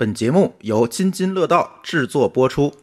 本节目由津津乐道制作播出。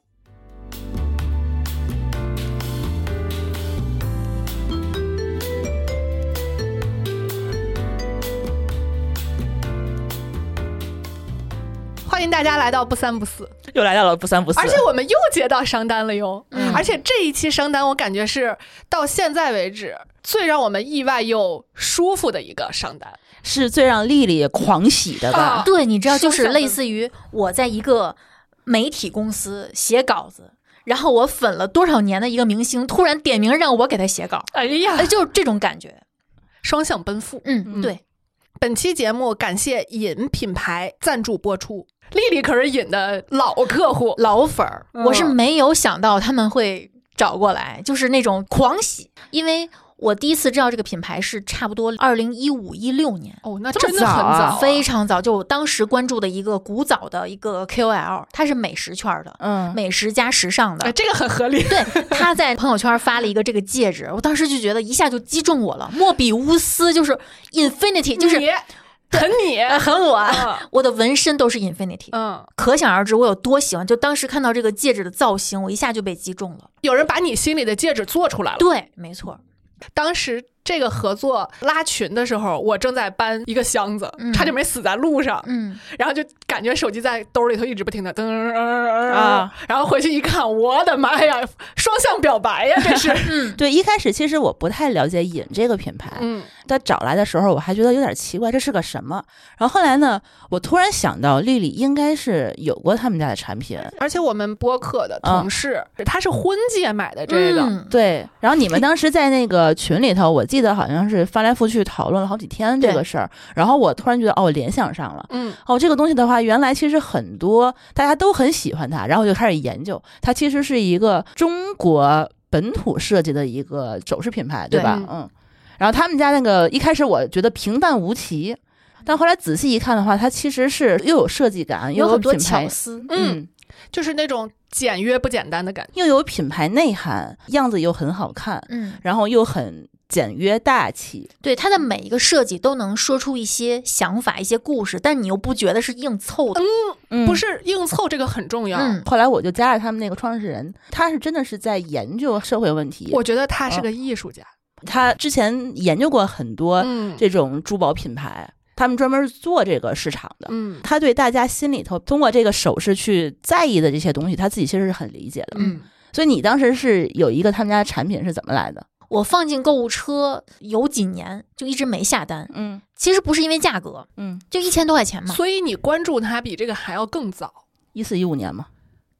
欢迎大家来到不三不四， 又来到了不三不四， 而且我们又接到商单了哟。而且这一期商单，我感觉是到现在为止最让我们意外又舒服的一个商单， 是最让丽丽狂喜的吧？ 对，你知道，就是类似于我在一个媒体公司写稿子，然后我粉了多少年的一个明星，突然点名让我给他写稿， 哎呀， 就是这种感觉， 双向奔赴。 对。 本期节目感谢饮品牌赞助播出。丽丽可是饮的老客户、 老粉儿，我是没有想到他们会找过来，就是那种狂喜。因为我第一次知道这个品牌是差不多2015-16年哦，那真的很早， 非常早。就我当时关注的一个古早的一个 KOL， 他是美食圈的，美食加时尚的， 这个很合理。 对，他在朋友圈发了一个这个戒指，我当时就觉得一下就击中我了。莫比乌斯就是 Infinity， 就是很你， 很我，我的纹身都是 Infinity， 可想而知我有多喜欢。就当时看到这个戒指的造型，我一下就被击中了。 有人把你心里的戒指做出来了， 对，没错。 当时这个合作拉群的时候，我正在搬一个箱子，差点没死在路上。然后就感觉手机在兜里头一直不停的噔然后回去一看，我的妈呀，双向表白呀，这是。 对，一开始其实我不太了解饮这个品牌，他找来的时候我还觉得有点奇怪，这是个什么？然后后来呢，我突然想到丽丽应该是有过他们家的产品， 而且我们播客的同事，他是婚戒买的这个， 对。然后你们当时在那个群里头，我记得好像是翻来覆去讨论了好几天这个事儿，然后我突然觉得我联想上了，这个东西的话，原来其实很多大家都很喜欢它，然后我就开始研究，它其实是一个中国本土设计的一个首饰品牌，对吧？然后他们家那个一开始我觉得平淡无奇，但后来仔细一看的话，它其实是又有设计感，又有很多品牌巧思， 就是那种简约不简单的感觉， 又有品牌内涵，样子又很好看，然后又很简约大气。 对，它的每一个设计都能说出一些想法、一些故事，但你又不觉得是硬凑的。 不是硬凑，这个很重要。 后来我就加了他们那个创始人，他是真的是在研究社会问题。 我觉得他是个艺术家。 他之前研究过很多这种珠宝品牌，他们专门做这个市场的。他对大家心里头通过这个首饰去在意的这些东西，他自己其实是很理解的。所以你当时是有一个他们家的产品是怎么来的？ 我放进购物车有几年就一直没下单。其实不是因为价格，就1000多块钱嘛。 所以你关注它比这个还要更早 ，14-15年嘛。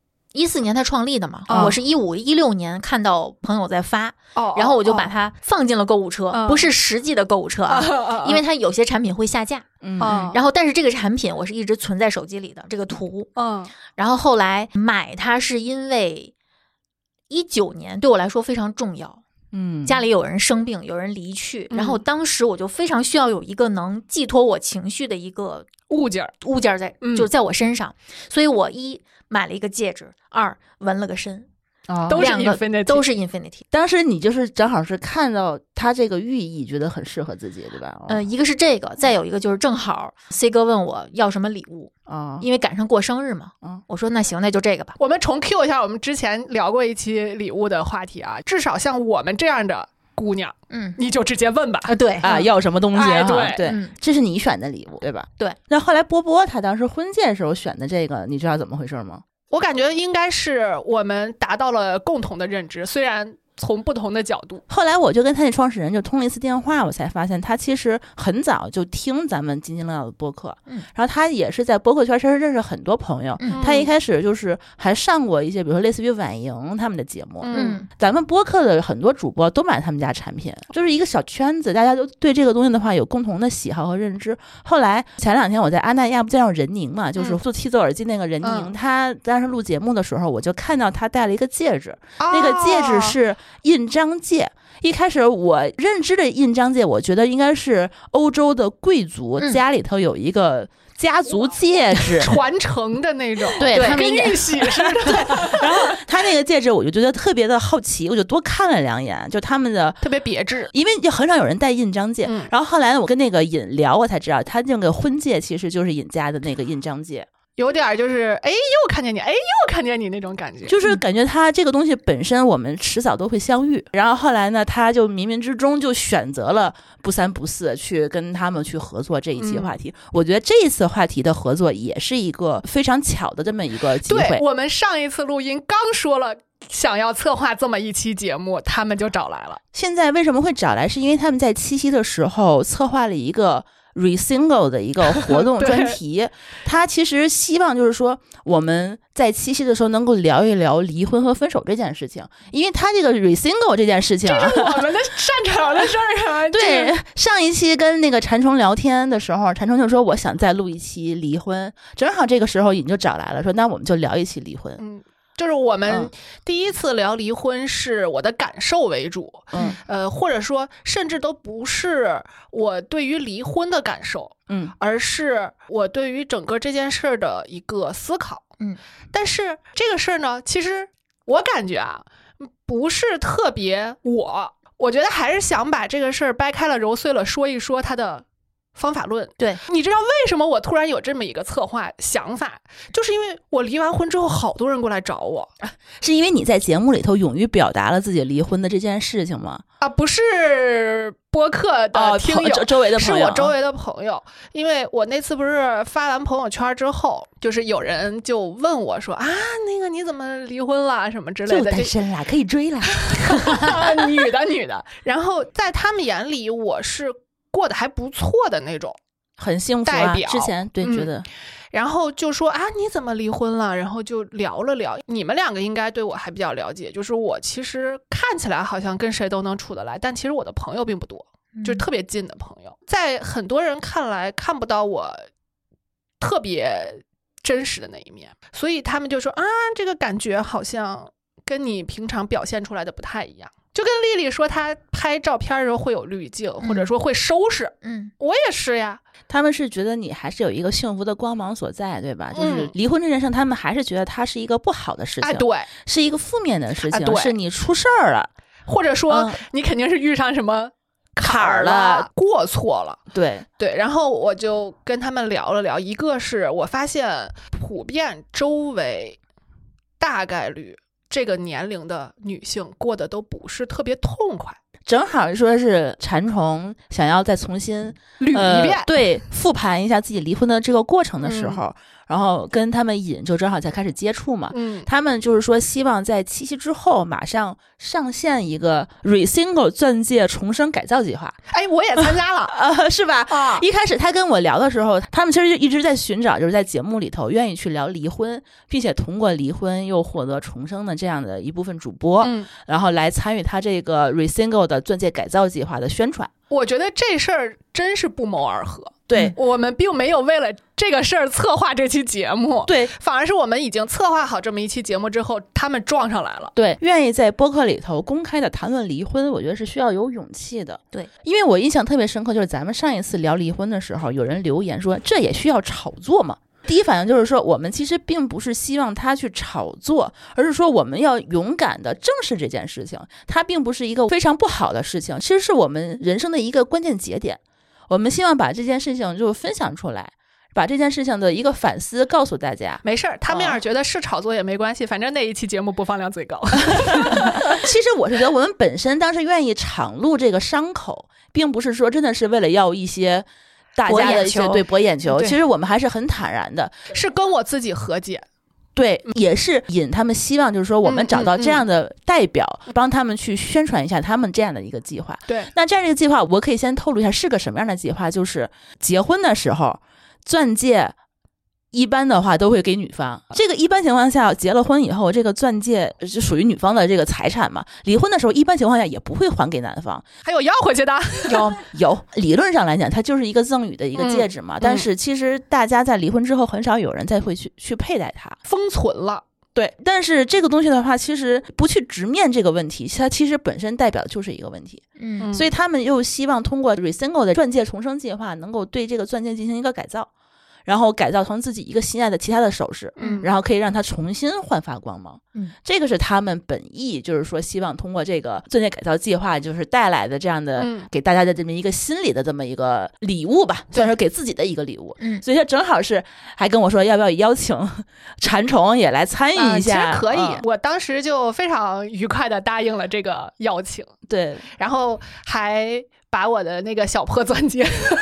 14年他创立的嘛，我是15-16年看到朋友在发，然后我就把它放进了购物车，不是实际的购物车因为它有些产品会下架，然后但是这个产品我是一直存在手机里的这个图，然后后来买它是因为19年对我来说非常重要。家里有人生病，有人离去，然后当时我就非常需要有一个能寄托我情绪的一个物件在，就在我身上，所以我1买了一个戒指，2纹了个身， 都是 Infinity。 当时你就是正好是看到它这个寓意，觉得很适合自己，对吧？ 一个是这个，再有一个就是正好 C 哥问我要什么礼物因为赶上过生日嘛，我说那行，那就这个吧。 我们重 Q 一下我们之前聊过一期礼物的话题啊，至少像我们这样的姑娘，你就直接问吧。 对要什么东西？ 对， 这是你选的礼物，对吧？ 对。 那后来波波他当时婚戒的时候选的这个，你知道怎么回事吗？ 我感觉应该是我们达到了共同的认知，虽然从不同的角度。 后来我就跟他那创始人就通了一次电话，我才发现他其实很早就听咱们津津乐道的播客，然后他也是在播客圈其实认识很多朋友，他一开始就是还上过一些比如说类似于婉莹他们的节目，咱们播客的很多主播都买他们家产品，就是一个小圈子，大家都对这个东西的话有共同的喜好和认知。后来前2天我在阿那亚不见到任宁嘛，就是做七奏耳机那个任宁，他当时录节目的时候我就看到他戴了一个戒指，那个戒指是印章戒。一开始我认知的印章戒，我觉得应该是欧洲的贵族家里头有一个家族戒指， 传承的那种， 对，他们跟玉玺似的。 然后他那个戒指，我就觉得特别的好奇，我就多看了2眼，就他们的特别别致， 因为就很少有人戴印章戒。然后后来我跟那个尹聊，我才知道他那个婚戒其实就是尹家的那个印章戒。 有点就是又看见你，又看见你那种感觉， 就是感觉他这个东西本身我们迟早都会相遇，然后后来呢，他就冥冥之中就选择了不三不四去跟他们去合作这一期话题。我觉得这一次话题的合作也是一个非常巧的这么一个机会。 对，我们上一次录音刚说了想要策划这么一期节目，他们就找来了。 现在为什么会找来，是因为他们在七夕的时候策划了一个Resingle 的一个活动专题，他其实希望就是说我们在七夕的时候能够聊一聊离婚和分手这件事情，因为他这个 Resingle 这件事情这是我们的擅长的事儿啊。 对，上一期跟那个馋虫聊天的时候，馋虫就说我想再录一期离婚，正好这个时候你就找来了，说那我们就聊一期离婚。 就是我们第一次聊离婚是我的感受为主，或者说甚至都不是我对于离婚的感受，而是我对于整个这件事的一个思考，但是这个事儿呢，其实我感觉啊，不是特别我觉得还是想把这个事儿掰开了揉碎了说一说它的方法论。 对， 你知道为什么我突然有这么一个策划想法，就是因为我离完婚之后好多人过来找我。 是因为你在节目里头勇于表达了自己离婚的这件事情吗？ 不是播客的听友， 周围的朋友， 是我周围的朋友。因为我那次不是发完朋友圈之后，就是有人就问我说那个你怎么离婚了什么之类的， 就单身啦，可以追啦。 女的。然后在他们眼里我是过得还不错的那种， 很幸福代表。 之前对觉得， 然后就说你怎么离婚了？然后就聊了聊。你们两个应该对我还比较了解，就是我其实看起来好像跟谁都能处得来，但其实我的朋友并不多，就是特别近的朋友，在很多人看来看不到我特别真实的那一面，所以他们就说这个感觉好像跟你平常表现出来的不太一样。就跟丽丽说她拍照片的时候会有滤镜，或者说会收拾，我也是呀。 他们是觉得你还是有一个幸福的光芒所在，对吧？就是离婚这件事，他们还是觉得它是一个不好的事情， 对， 是一个负面的事情， 对， 是你出事儿了， 或者说你肯定是遇上什么坎儿了，过错了。 对， 然后我就跟他们聊了聊，一个是我发现普遍周围大概率这个年龄的女性过得都不是特别痛快， 正好说是馋虫想要再重新捋一遍， 对，复盘一下自己离婚的这个过程的时候，然后跟他们就正好才开始接触嘛。他们就是说希望在七夕之后马上上线一个 Resingle 钻戒重生改造计划。 我也参加了是吧？一开始他跟我聊的时候，他们其实就一直在寻找，就是在节目里头愿意去聊离婚，并且通过离婚又获得重生的这样的一部分主播，然后来参与他这个 Resingle 的钻戒改造计划的宣传。 我觉得这事儿真是不谋而合。 对， 我们并没有为了这个事儿策划这期节目， 对， 反而是我们已经策划好这么一期节目之后，他们撞上来了。 对，愿意在播客里头公开的谈论离婚，我觉得是需要有勇气的。 对， 因为我印象特别深刻，就是咱们上一次聊离婚的时候，有人留言说这也需要炒作吗？第一反应就是说，我们其实并不是希望他去炒作，而是说我们要勇敢的正视这件事情，它并不是一个非常不好的事情，其实是我们人生的一个关键节点。我们希望把这件事情就分享出来，把这件事情的一个反思告诉大家。 没事儿，他们要是觉得是炒作也没关系，反正那一期节目播放量最高。 其实我是觉得我们本身当时愿意敞露这个伤口，并不是说真的是为了要一些大家的一些博眼球，其实我们还是很坦然的， 是跟我自己和解。 对，也是引他们希望，就是说我们找到这样的代表，帮他们去宣传一下他们这样的一个计划。 对， 那这样的一个计划，我可以先透露一下是个什么样的计划，就是结婚的时候，钻戒一般的话都会给女方，这个一般情况下结了婚以后，这个钻戒就属于女方的这个财产嘛。离婚的时候一般情况下也不会还给男方， 还有要回去的有理论上来讲它就是一个赠与的一个戒指嘛，但是其实大家在离婚之后很少有人再会去佩戴它， 封存了。 对，但是这个东西的话，其实不去直面这个问题，它其实本身代表的就是一个问题。所以他们又希望通过 Resingle 的钻戒重生计划能够对这个钻戒进行一个改造， 然后改造成自己一个心爱的其他的首饰，然后可以让它重新焕发光芒。这个是他们本意，就是说希望通过这个钻戒改造计划，就是带来的这样的给大家的这么一个心理的这么一个礼物吧，算是给自己的一个礼物。所以他正好是还跟我说要不要邀请馋虫也来参与一下。 其实可以，我当时就非常愉快的答应了这个邀请。 对， 然后还把我的那个小破钻戒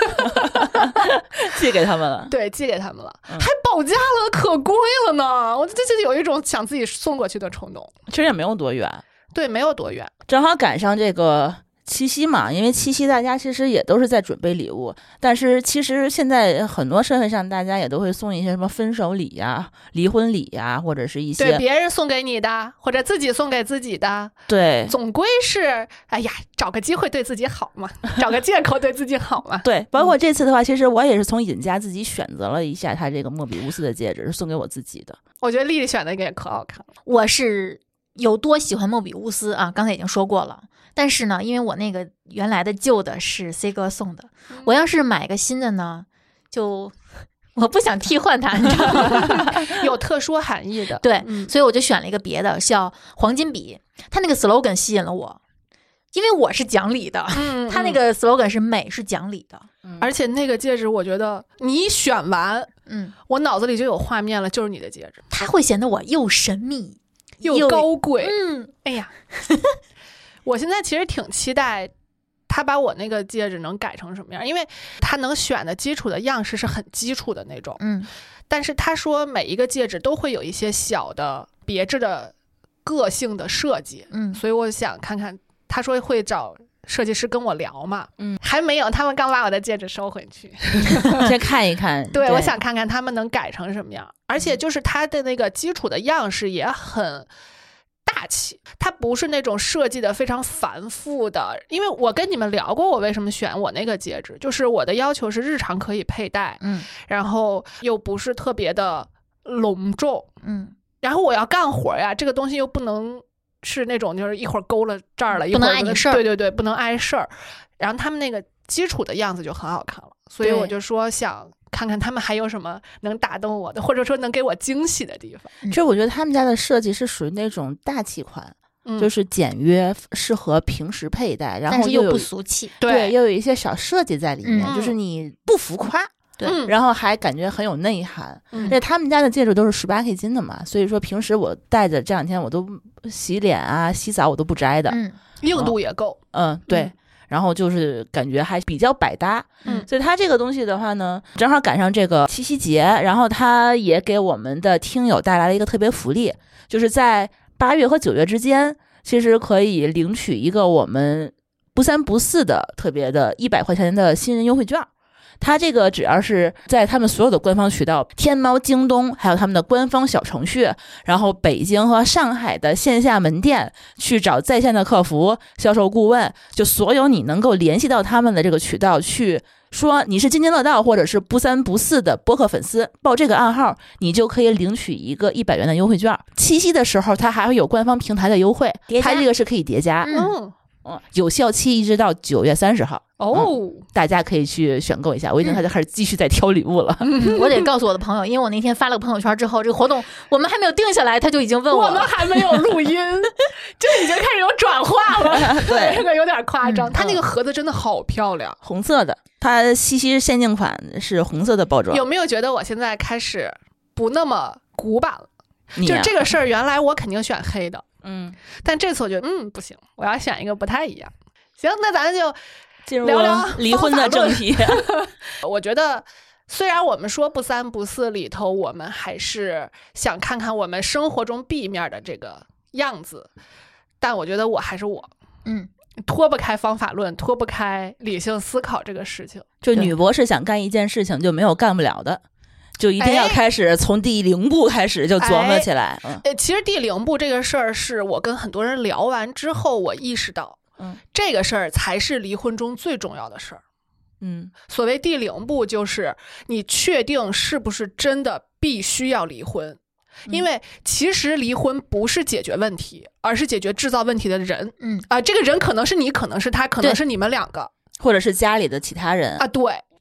寄给他们了。 对，寄给他们了，还保价了，可贵了呢。我这就有一种想自己送过去的冲动。 其实也没有多远， 对，没有多远， 正好赶上这个七夕嘛，因为七夕大家其实也都是在准备礼物，但是其实现在很多社会上大家也都会送一些什么分手礼呀、离婚礼呀，或者是一些对别人送给你的，或者自己送给自己的。 对， 总归是哎呀，找个机会对自己好嘛，找个借口对自己好嘛。 对，包括这次的话，其实我也是从尹家自己选择了一下他这个莫比乌斯的戒指，是送给我自己的。 我觉得丽丽选的一个也可好看了。 我是有多喜欢莫比乌斯啊，刚才已经说过了。但是呢，因为我那个原来的旧的是 C 哥送的，我要是买个新的呢，就我不想替换它，你知道吗？ 有特殊含义的。 对，所以我就选了一个别的，叫黄金比。它那个 slogan 吸引了我，因为我是讲理的，它那个 slogan 是美是讲理的。 而且那个戒指，我觉得你一选完，我脑子里就有画面了，就是你的戒指， 它会显得我又神秘又高贵。哎呀。我现在其实挺期待他把我那个戒指能改成什么样，因为他能选的基础的样式是很基础的那种，但是他说每一个戒指都会有一些小的别致的个性的设计，所以我想看看，他说会找设计师跟我聊嘛，还没有，他们刚把我的戒指收回去， 先看一看。 对，我想看看他们能改成什么样，而且就是他的那个基础的样式也很大气，它不是那种设计的非常繁复的。因为我跟你们聊过我为什么选我那个戒指，就是我的要求是日常可以佩戴，然后又不是特别的隆重，然后我要干活呀，这个东西又不能是那种就是一会儿勾了这儿了， 不能碍你事儿， 对对对，不能碍事儿。然后他们那个基础的样子就很好看了，所以我就说想看看他们还有什么能打动我的，或者说能给我惊喜的地方。 其实我觉得他们家的设计是属于那种大气款，就是简约，适合平时佩戴，然后又不俗气， 对，又有一些小设计在里面，就是你不浮夸，对，然后还感觉很有内涵。而且他们家的戒指都是18K 金的嘛，所以说平时我戴着这两天我都洗脸啊、洗澡我都不摘的， 硬度也够， 对。然后就是感觉还比较百搭，所以它这个东西的话呢，正好赶上这个七夕节，然后它也给我们的听友带来了一个特别福利，就是在8月和9月之间，其实可以领取一个我们不三不四的特别的100块钱的新人优惠券。它这个只要是在他们所有的官方渠道，天猫、京东，还有他们的官方小程序，然后北京和上海的线下门店去找在线的客服、销售顾问，就所有你能够联系到他们的这个渠道去说你是津津乐道或者是不三不四的播客粉丝，报这个暗号，你就可以领取一个100元的优惠券。七夕的时候它还会有官方平台的优惠，它这个是可以叠加，有效期一直到9月30号。大家可以去选购一下。我已经开始继续在挑礼物了。 我得告诉我的朋友，因为我那天发了个朋友圈之后，这个活动我们还没有定下来，他就已经问我们还没有录音，就已经开始有转化了。对，这个有点夸张。它那个盒子真的好漂亮， 红色的，它七夕限定款是红色的包装。 有没有觉得我现在开始不那么古板了？就这个事儿，原来我肯定选黑的，但这次我觉得不行，我要选一个不太一样。行，那咱就进入聊聊离婚的正题。 我觉得虽然我们说不三不四里头，我们还是想看看我们生活中 B 面的这个样子，但我觉得我还是我，脱不开方法论，脱不开理性思考这个事情。 就女博士想干一件事情就没有干不了的，就一定要开始从第0步开始就琢磨起来。 其实第0步这个事儿是我跟很多人聊完之后，我意识到这个事儿才是离婚中最重要的事儿。所谓第0步，就是你确定是不是真的必须要离婚。因为其实离婚不是解决问题，而是解决制造问题的人。这个人可能是你，可能是他，可能是你们两个， 或者是家里的其他人啊。对，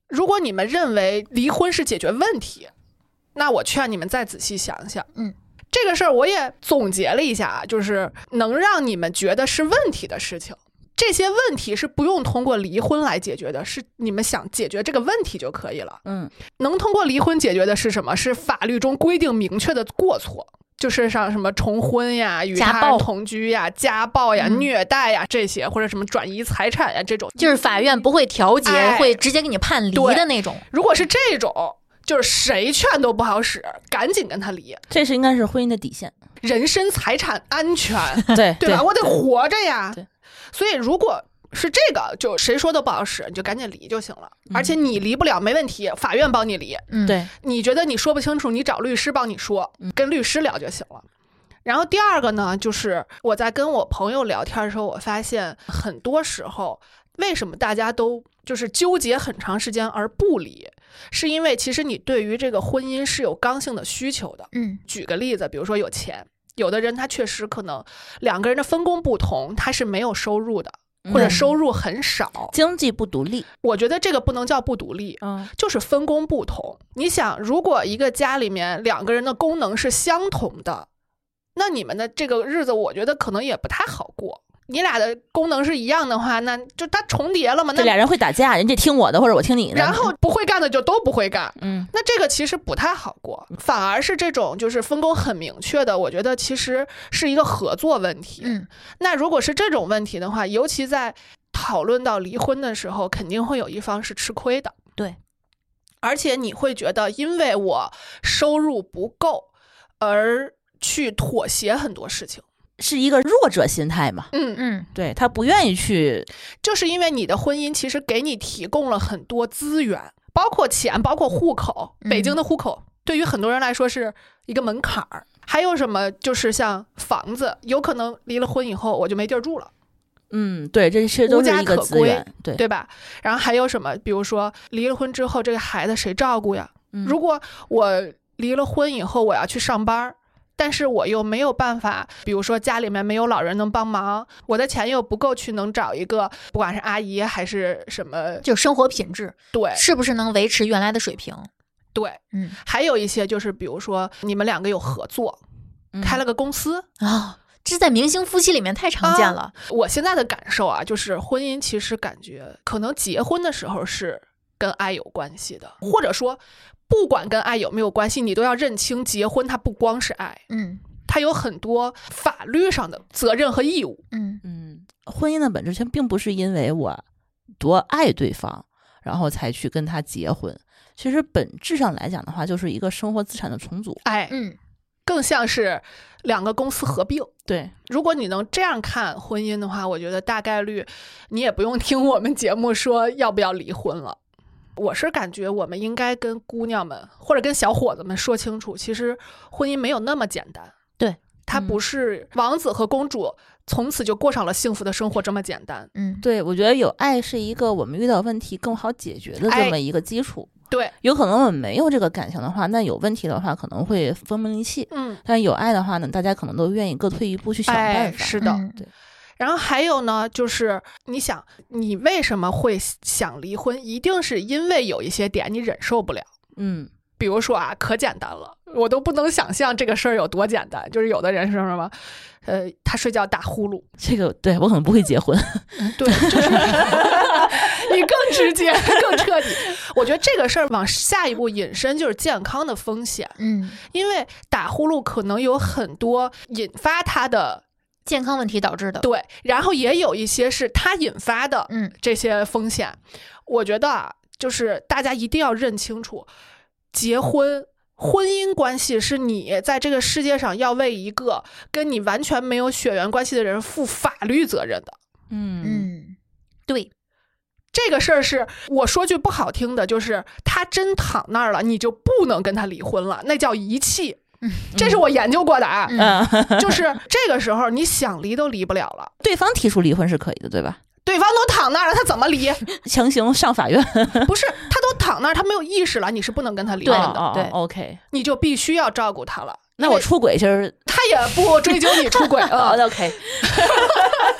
如果你们认为离婚是解决问题，那我劝你们再仔细想想。这个事儿我也总结了一下啊，就是能让你们觉得是问题的事情，这些问题是不用通过离婚来解决的，是你们想解决这个问题就可以了。能通过离婚解决的是什么？是法律中规定明确的过错，就是像什么重婚呀、与他人同居呀、家暴呀、虐待呀这些，或者什么转移财产呀这种， 就是法院不会调解，会直接给你判离的那种。 如果是这种，就是谁劝都不好使，赶紧跟他离。 这是应该是婚姻的底线， 人身财产安全， 对吧？我得活着呀。所以如果是这个，就谁说都不好使，你就赶紧离就行了。而且你离不了没问题，法院帮你离。 对， 你觉得你说不清楚，你找律师帮你说，跟律师聊就行了。然后第二个呢，就是我在跟我朋友聊天的时候，我发现很多时候为什么大家都就是纠结很长时间而不离，是因为其实你对于这个婚姻是有刚性的需求的。举个例子，比如说有钱，有的人他确实可能两个人的分工不同，他是没有收入的，或者收入很少， 经济不独立。 我觉得这个不能叫不独立，就是分工不同。你想，如果一个家里面两个人的功能是相同的，那你们的这个日子我觉得可能也不太好过。你俩的功能是一样的话，那就它重叠了嘛。那这俩人会打架，人家听我的或者我听你的， 然后不会干的就都不会干。那这个其实不太好过，反而是这种就是分工很明确的，我觉得其实是一个合作问题。那如果是这种问题的话，尤其在讨论到离婚的时候，肯定会有一方是吃亏的。 对， 而且你会觉得因为我收入不够而去妥协很多事情， 是一个弱者心态嘛。对，他不愿意去， 就是因为你的婚姻其实给你提供了很多资源，包括钱，包括户口。北京的户口对于很多人来说是一个门槛儿。还有什么，就是像房子，有可能离了婚以后我就没地儿住了。 对，这些都是一个资源， 对吧？然后还有什么，比如说离了婚之后这个孩子谁照顾呀？如果我离了婚以后我要去上班，但是我又没有办法，比如说家里面没有老人能帮忙，我的钱又不够去能找一个不管是阿姨还是什么， 就生活品质， 对， 是不是能维持原来的水平？ 对，还有一些就是比如说你们两个有合作，开了个公司啊，这在明星夫妻里面太常见了。 我现在的感受啊，就是婚姻其实感觉可能结婚的时候是跟爱有关系的，或者说不管跟爱有没有关系，你都要认清结婚它不光是爱，它有很多法律上的责任和义务。 婚姻的本质上并不是因为我多爱对方然后才去跟他结婚，其实本质上来讲的话，就是一个生活资产的重组。 更像是两个公司合并。 对， 如果你能这样看婚姻的话，我觉得大概率你也不用听我们节目说要不要离婚了。我是感觉我们应该跟姑娘们或者跟小伙子们说清楚，其实婚姻没有那么简单。 对， 它不是王子和公主从此就过上了幸福的生活这么简单。 对，我觉得有爱是一个我们遇到问题更好解决的这么一个基础。 对， 有可能我们没有这个感情的话，那有问题的话可能会分崩离析。但有爱的话呢，大家可能都愿意各退一步去想办法。 是的， 对。 然后还有呢，就是你想，你为什么会想离婚？一定是因为有一些点你忍受不了。比如说啊，可简单了，我都不能想象这个事儿有多简单。就是有的人是什么，他睡觉打呼噜， 这个对我可能不会结婚。 对，就是你更直接、更彻底。我觉得这个事儿往下一步引申就是健康的风险。因为打呼噜可能有很多引发他的健康问题导致的， 对，然后也有一些是他引发的这些风险。我觉得啊，就是大家一定要认清楚，结婚婚姻关系是你在这个世界上要为一个跟你完全没有血缘关系的人负法律责任的。 对， 这个事儿是我说句不好听的，就是他真躺那儿了，你就不能跟他离婚了，那叫遗弃。这是我研究过的啊。就是这个时候你想离都离不了了。 对方提出离婚是可以的，对吧？ 对方都躺那儿了，他怎么离？ 强行上法院？ 不是，他都躺那儿，他没有意识了，你是不能跟他离婚的。 对 ，OK， 你就必须要照顾他了。 那我出轨其实他也不追究你出轨。 OK。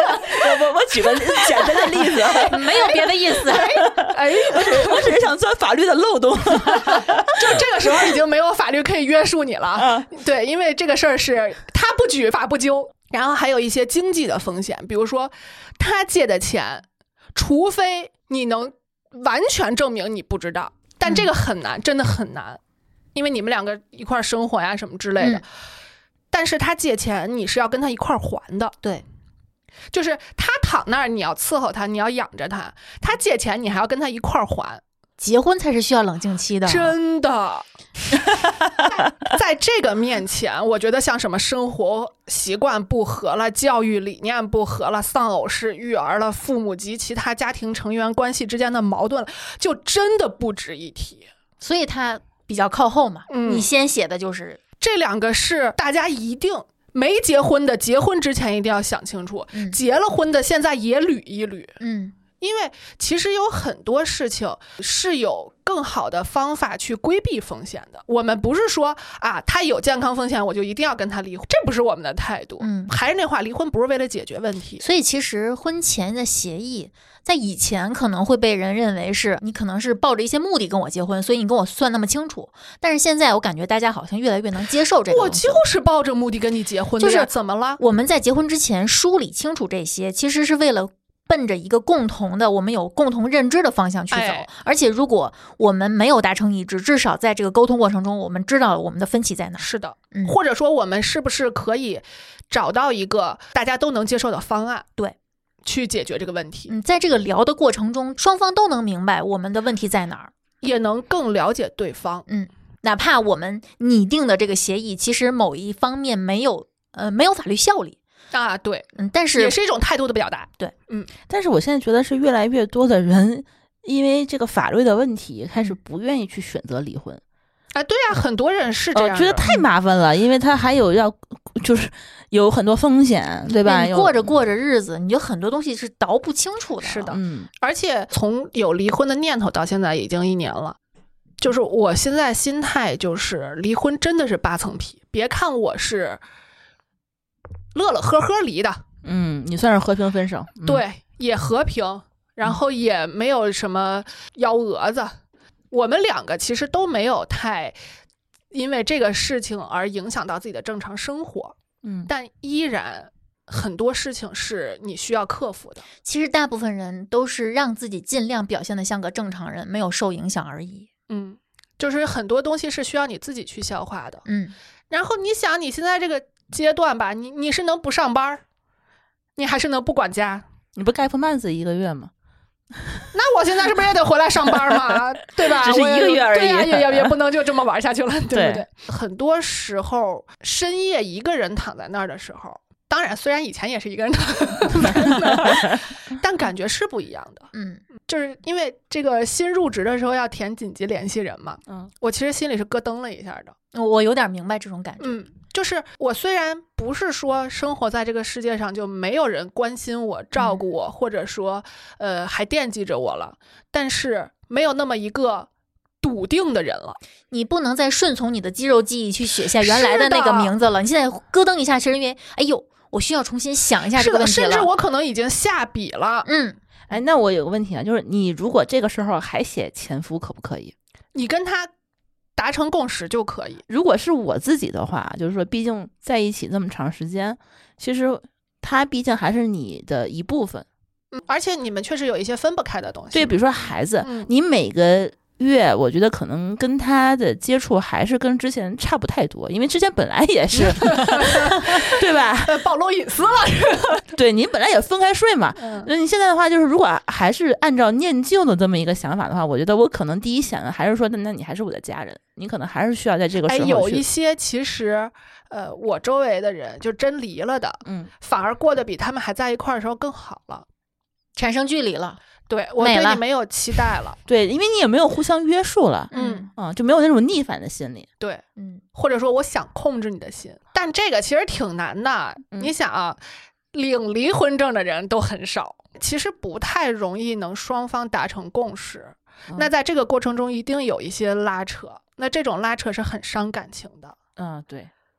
我举个简单的例子， 没有别的意思。 我只是想钻法律的漏洞。 就这个时候已经没有法律可以约束你了。对，因为这个事儿是他不举法不究，然后还有一些经济的风险，比如说他借的钱，除非你能完全证明你不知道，但这个很难，真的很难，因为你们两个一块生活呀什么之类的。但是他借钱，你是要跟他一块还的。 对， 就是他躺那儿，你要伺候他，你要养着他；他借钱，你还要跟他一块还。 结婚才是需要冷静期的， 真的。在这个面前，我觉得像什么生活习惯不合了、教育理念不合了、丧偶式育儿了、父母及其他家庭成员关系之间的矛盾了，就真的不值一提。 所以他比较靠后嘛。你先写的就是这两个是大家一定没结婚的，结婚之前一定要想清楚；结了婚的，现在也捋一捋。因为其实有很多事情是有更好的方法去规避风险的。我们不是说啊，他有健康风险我就一定要跟他离婚，这不是我们的态度。还是那话，离婚不是为了解决问题。 所以其实婚前的协议在以前可能会被人认为是你可能是抱着一些目的跟我结婚，所以你跟我算那么清楚。但是现在我感觉大家好像越来越能接受这个。 我就是抱着目的跟你结婚的， 就是怎么了？ 我们在结婚之前梳理清楚这些，其实是为了奔着一个共同的我们有共同认知的方向去走。而且如果我们没有达成一致，至少在这个沟通过程中我们知道我们的分歧在哪。 是的。或者说我们是不是可以找到一个大家都能接受的方案， 对， 去解决这个问题。 在这个聊的过程中，双方都能明白我们的问题在哪儿， 也能更了解对方。 哪怕我们拟定的这个协议其实某一方面没有法律效力啊，对， 但是也是一种态度的表达。 对， 但是我现在觉得是越来越多的人因为这个法律的问题开始不愿意去选择离婚。 对呀，很多人是这样的， 觉得太麻烦了，因为他还有就是有很多风险，对吧？ 你过着日子，你就很多东西是倒不清楚的。 是的，而且从有离婚的念头到现在已经1年了。就是我现在心态就是离婚真的是8层皮，别看我是乐乐呵呵离的， 你算是和平分手。 对，也和平，然后也没有什么幺蛾子。我们两个其实都没有太因为这个事情而影响到自己的正常生活，但依然很多事情是你需要克服的。 其实大部分人都是让自己尽量表现得像个正常人，没有受影响而已。 就是很多东西是需要你自己去消化的。然后你想你现在这个阶段吧，你是能不上班，你还是能不管家？ 你不盖夫曼子1个月吗？ 那我现在是不是也得回来上班嘛？对吧？ 只是1个月而已。 对呀，也不能就这么玩下去了，对不对？很多时候深夜一个人躺在那儿的时候，当然虽然以前也是一个人躺在那儿，但感觉是不一样的。就是因为这个新入职的时候要填紧急联系人嘛，我其实心里是咯噔了一下的。 我有点明白这种感觉。 就是我虽然不是说生活在这个世界上就没有人关心我、照顾我，或者说还惦记着我了，但是没有那么一个笃定的人了。 你不能再顺从你的肌肉记忆去写下原来的那个名字了。你现在咯噔一下，是因为哎呦，我需要重新想一下这个问题了。 甚至我可能已经下笔了。 那我有个问题啊，就是你如果这个时候还写前夫，可不可以？ 你跟他达成共识就可以。 如果是我自己的话，就是说毕竟在一起这么长时间，其实他毕竟还是你的一部分。 而且你们确实有一些分不开的东西。 对，比如说孩子，你每个月我觉得可能跟他的接触还是跟之前差不太多，因为之前本来也是对吧？ 暴露隐私了。 对，你本来也分开睡嘛。那你现在的话，就是如果还是按照念旧的这么一个想法的话，我觉得我可能第一想的还是说，那你还是我的家人，你可能还是需要在这个时候有一些其实我周围的人就真离了的，反而过得比他们还在一块儿的时候更好了， 产生距离了。 对，我对你没有期待了。 对，因为你也没有互相约束了。就没有那种逆反的心理。 对，或者说我想控制你的心，但这个其实挺难的。你想啊，领离婚证的人都很少，其实不太容易能双方达成共识。那在这个过程中一定有一些拉扯，那这种拉扯是很伤感情的。 对。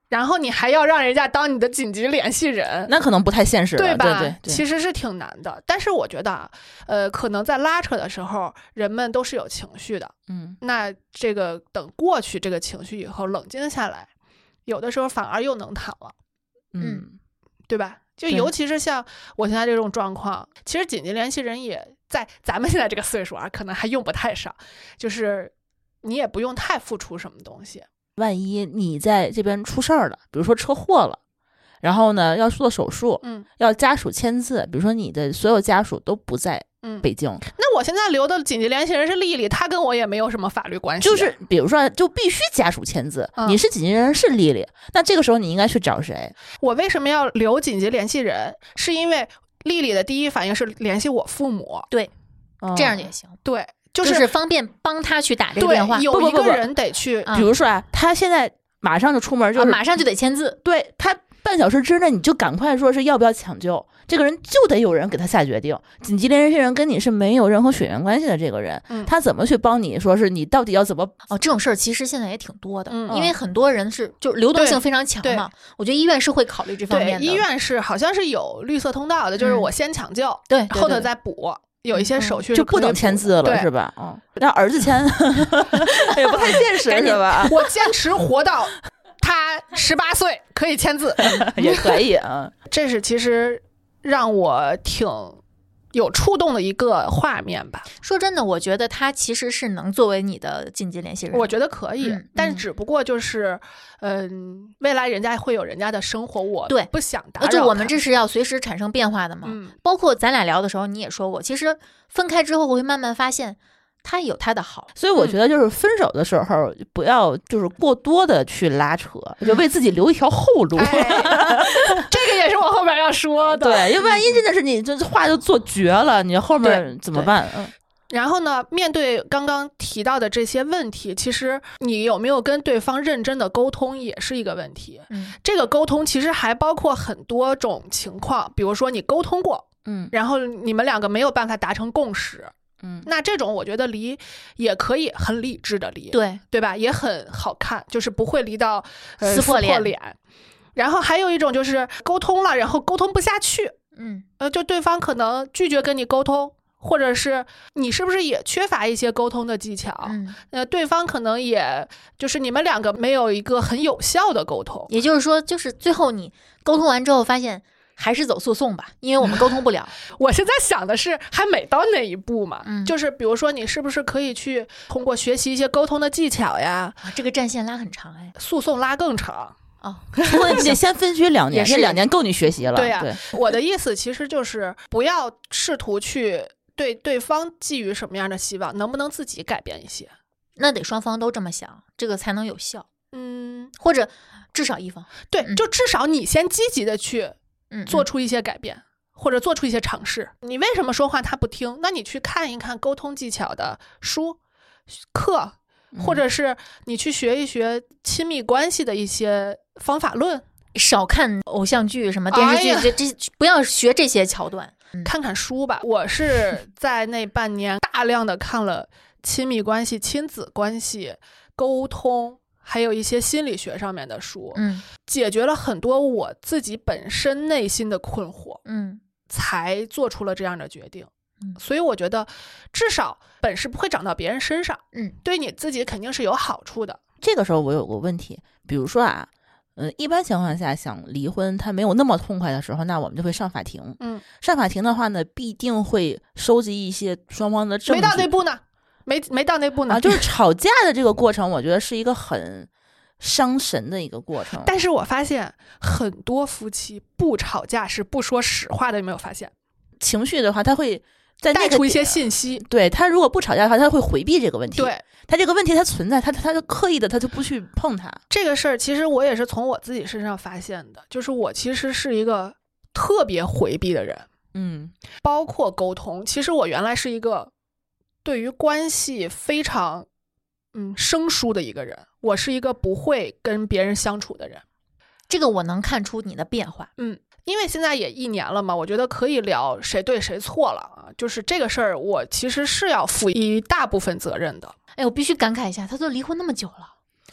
然后你还要让人家当你的紧急联系人， 那可能不太现实了， 对吧？ 对， 其实是挺难的。但是我觉得可能在拉扯的时候人们都是有情绪的，那这个等过去这个情绪以后冷静下来，有的时候反而又能谈了，对吧？就尤其是像我现在这种状况，其实紧急联系人也在咱们现在这个岁数可能还用不太上，就是你也不用太付出什么东西。 万一你在这边出事儿了，比如说车祸了，然后呢要做手术，要家属签字，比如说你的所有家属都不在北京， 那我现在留的紧急联系人是丽丽，她跟我也没有什么法律关系， 就是比如说就必须家属签字，你是紧急人是丽丽，那这个时候你应该去找谁？ 我为什么要留紧急联系人？是因为丽丽的第一反应是联系我父母， 对，这样也行， 对。 就是方便帮他去打这个电话， 有一个人得去， 比如说他现在马上就出门，就是马上就得签字， 对他半小时之内你就赶快说是要不要抢救，这个人就得有人给他下决定。紧急联系人跟你是没有任何血缘关系的这个人，他怎么去帮你说是你到底要怎么？ 这种事儿其实现在也挺多的，因为很多人是就流动性非常强嘛，我觉得医院是会考虑这方面的。 医院是好像是有绿色通道的，就是我先抢救， 对， 后头再补。有一些手续就不等签字了，是吧？让儿子签也不太现实，是吧？ 我坚持活到他18岁可以签字， 也可以啊。 这是其实让我挺有触动的一个画面吧。 说真的，我觉得他其实是能作为你的紧急联系人， 我觉得可以，但只不过就是未来人家会有人家的生活，我不想打扰他。 就我们这是要随时产生变化的嘛。包括咱俩聊的时候你也说过，其实分开之后我会慢慢发现他有他的好， 所以我觉得就是分手的时候不要就是过多的去拉扯，就为自己留一条后路。 这个也是我后面要说的。 对，因为万一真的是你这话就做绝了，你后面怎么办？ 然后呢，面对刚刚提到的这些问题，其实你有没有跟对方认真的沟通也是一个问题。这个沟通其实还包括很多种情况，比如说你沟通过，然后你们两个没有办法达成共识。那这种我觉得离也可以很理智的离，对吧？也很好看，就是不会离到撕破脸。然后还有一种就是沟通了，然后沟通不下去，就对方可能拒绝跟你沟通，或者是你是不是也缺乏一些沟通的技巧？对方可能也就是你们两个没有一个很有效的沟通， 也就是说，就是最后你沟通完之后发现。还是走诉讼吧，因为我们沟通不了。 我现在想的是还没到那一步嘛，就是比如说你是不是可以去通过学习一些沟通的技巧呀？ 这个战线拉很长哎， 诉讼拉更长你得先分居2年，这2年够你学习了。 对呀，我的意思其实就是不要试图去对对方寄予什么样的希望，能不能自己改变一些？ 那得双方都这么想，这个才能有效。或者至少一方对，就至少你先积极的去。做出一些改变，或者做出一些尝试。你为什么说话他不听？那你去看一看沟通技巧的书、课，或者是你去学一学亲密关系的一些方法论。 少看偶像剧、什么电视剧，这不要学这些桥段。 看看书吧。我是在那半年大量的看了亲密关系、亲子关系、沟通。还有一些心理学上面的书，解决了很多我自己本身内心的困惑，才做出了这样的决定。所以我觉得至少本事不会长到别人身上，对你自己肯定是有好处的。 这个时候我有个问题，比如说一般情况下想离婚他没有那么痛快的时候，那我们就会上法庭。上法庭的话呢，必定会收集一些双方的证据。 没到那步呢。没到那步呢， 就是吵架的这个过程，我觉得是一个很伤神的一个过程。 但是我发现很多夫妻不吵架是不说实话的，有没有发现？ 情绪的话，他会在带出一些信息。 对，他如果不吵架的话，他会回避这个问题。 对， 他这个问题他存在，他就刻意的他就不去碰它。 这个事儿其实我也是从我自己身上发现的，就是我其实是一个特别回避的人。包括沟通，其实我原来是一个。对于关系非常生疏的一个人，我是一个不会跟别人相处的人。 这个我能看出你的变化。 因为现在也1年了嘛，我觉得可以聊谁对谁错了啊。就是这个事儿，我其实是要负一大部分责任的。 哎，我必须感慨一下，他都离婚那么久了，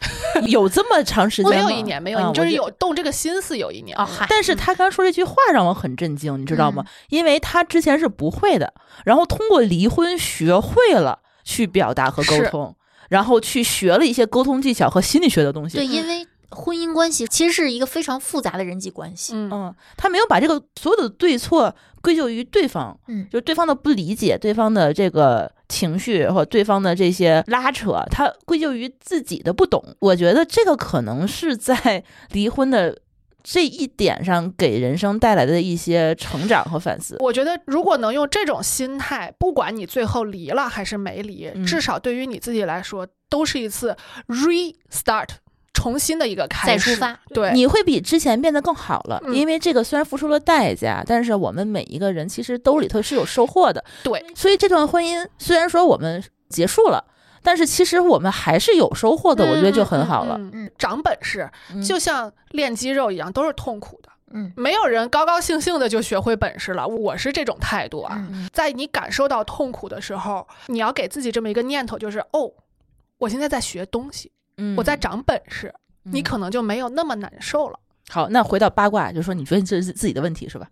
有这么长时间吗？ 没有1年，没有，你就是有动这个心思有1年但是他刚说这句话让我很震惊，你知道吗？因为他之前是不会的，然后通过离婚学会了去表达和沟通，然后去学了一些沟通技巧和心理学的东西。 对，因为婚姻关系其实是一个非常复杂的人际关系。 他没有把这个所有的对错归咎于对方，就是对方的不理解，对方的这个情绪或对方的这些拉扯，他归咎于自己的不懂。我觉得这个可能是在离婚的这一点上给人生带来的一些成长和反思。 我觉得如果能用这种心态，不管你最后离了还是没离，至少对于你自己来说都是一次 restart，重新的一个开始， 再出发。 对， 你会比之前变得更好了，因为这个虽然付出了代价，但是我们每一个人其实兜里头是有收获的。 对， 所以这段婚姻虽然说我们结束了，但是其实我们还是有收获的，我觉得就很好了。 长本事就像练肌肉一样，都是痛苦的。没有人高高兴兴的就学会本事了，我是这种态度啊。在你感受到痛苦的时候，你要给自己这么一个念头，就是我现在在学东西，我在长本事，你可能就没有那么难受了。 好，那回到八卦，就说你觉得这是自己的问题是吧？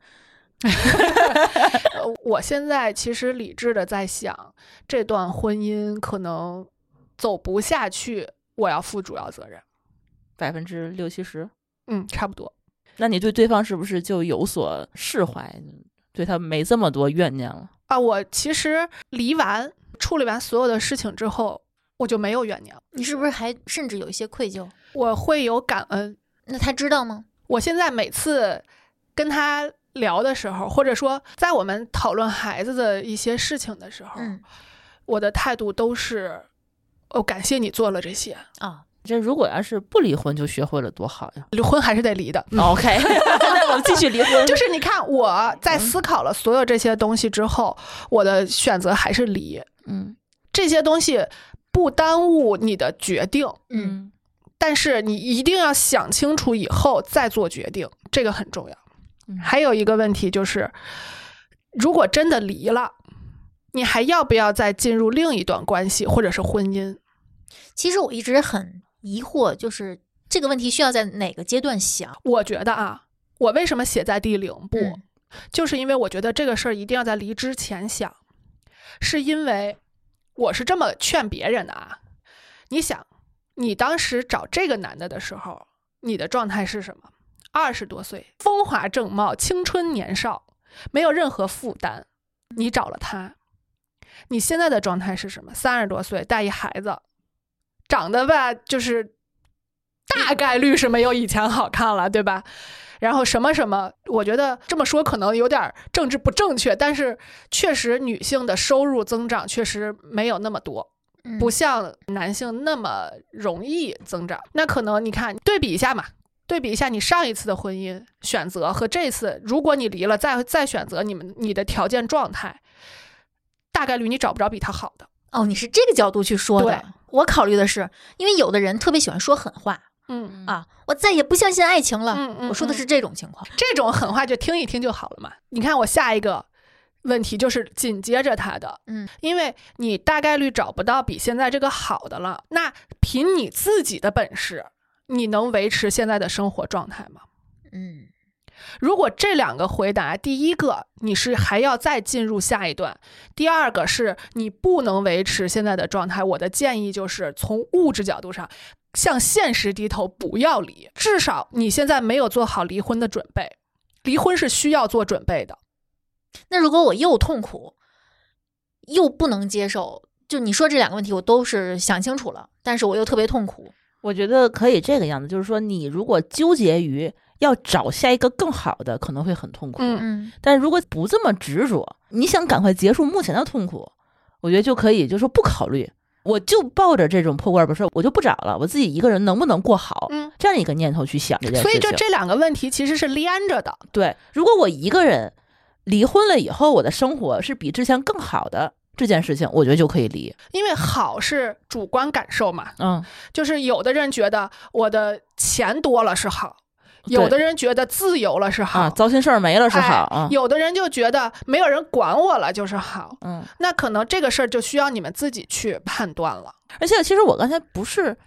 我现在其实理智的在想，这段婚姻可能走不下去，我要负主要责任 60%-70%， 差不多。 那你对对方是不是就有所释怀，对他没这么多怨念了啊？我其实处理完所有的事情之后，我就没有怨念了。 你是不是还甚至有一些愧疚？ 我会有感恩。 那他知道吗？ 我现在每次跟他聊的时候，或者说在我们讨论孩子的一些事情的时候，我的态度都是感谢你做了这些啊。 这如果要是不离婚就学会了多好呀！ 离婚还是得离的。 OK， 那我们继续离婚。 就是你看我在思考了所有这些东西之后，我的选择还是离。这些东西不耽误你的决定。但是你一定要想清楚以后再做决定，这个很重要。还有一个问题就是，如果真的离了，你还要不要再进入另一段关系或者是婚姻？ 其实我一直很疑惑，就是这个问题需要在哪个阶段想？ 我觉得我为什么写在第0步，就是因为我觉得这个事儿一定要在离之前想，是因为我是这么劝别人的你想，你当时找这个男的的时候，你的状态是什么？20多岁，风华正茂，青春年少，没有任何负担，你找了他。你现在的状态是什么？30多岁，带一孩子，长得吧就是大概率是没有以前好看了，对吧？然后什么什么，我觉得这么说可能有点政治不正确，但是确实女性的收入增长确实没有那么多，不像男性那么容易增长。那可能你看对比一下嘛，对比一下你上一次的婚姻选择和这次，如果你离了再选择你的条件状态，大概率你找不着比他好的。 你是这个角度去说的。 对， 我考虑的是，因为有的人特别喜欢说狠话。我再也不相信爱情了。我说的是这种情况， 这种狠话就听一听就好了嘛。你看我下一个问题就是紧接着他的，因为你大概率找不到比现在这个好的了，那凭你自己的本事，你能维持现在的生活状态吗？如果这2个回答，第一个你是还要再进入下一段，第二个是你不能维持现在的状态，我的建议就是从物质角度上向现实低头，不要离。至少你现在没有做好离婚的准备，离婚是需要做准备的。 那如果我又痛苦又不能接受，就你说这2个问题我都是想清楚了，但是我又特别痛苦， 我觉得可以这个样子，就是说你如果纠结于要找下一个更好的，可能会很痛苦。但如果不这么执着，你想赶快结束目前的痛苦，我觉得就可以，就是说不考虑，我就抱着这种破罐破摔，我就不找了，我自己一个人能不能过好，这样一个念头去想这件事情。 所以这2个问题其实是连着的。 对，如果我一个人离婚了以后，我的生活是比之前更好的，这件事情我觉得就可以离。 因为好是主观感受嘛，就是有的人觉得我的钱多了是好，有的人觉得自由了是好， 糟心事儿没了是好， 有的人就觉得没有人管我了就是好。那可能这个事儿就需要你们自己去判断了。 而且其实我刚才不是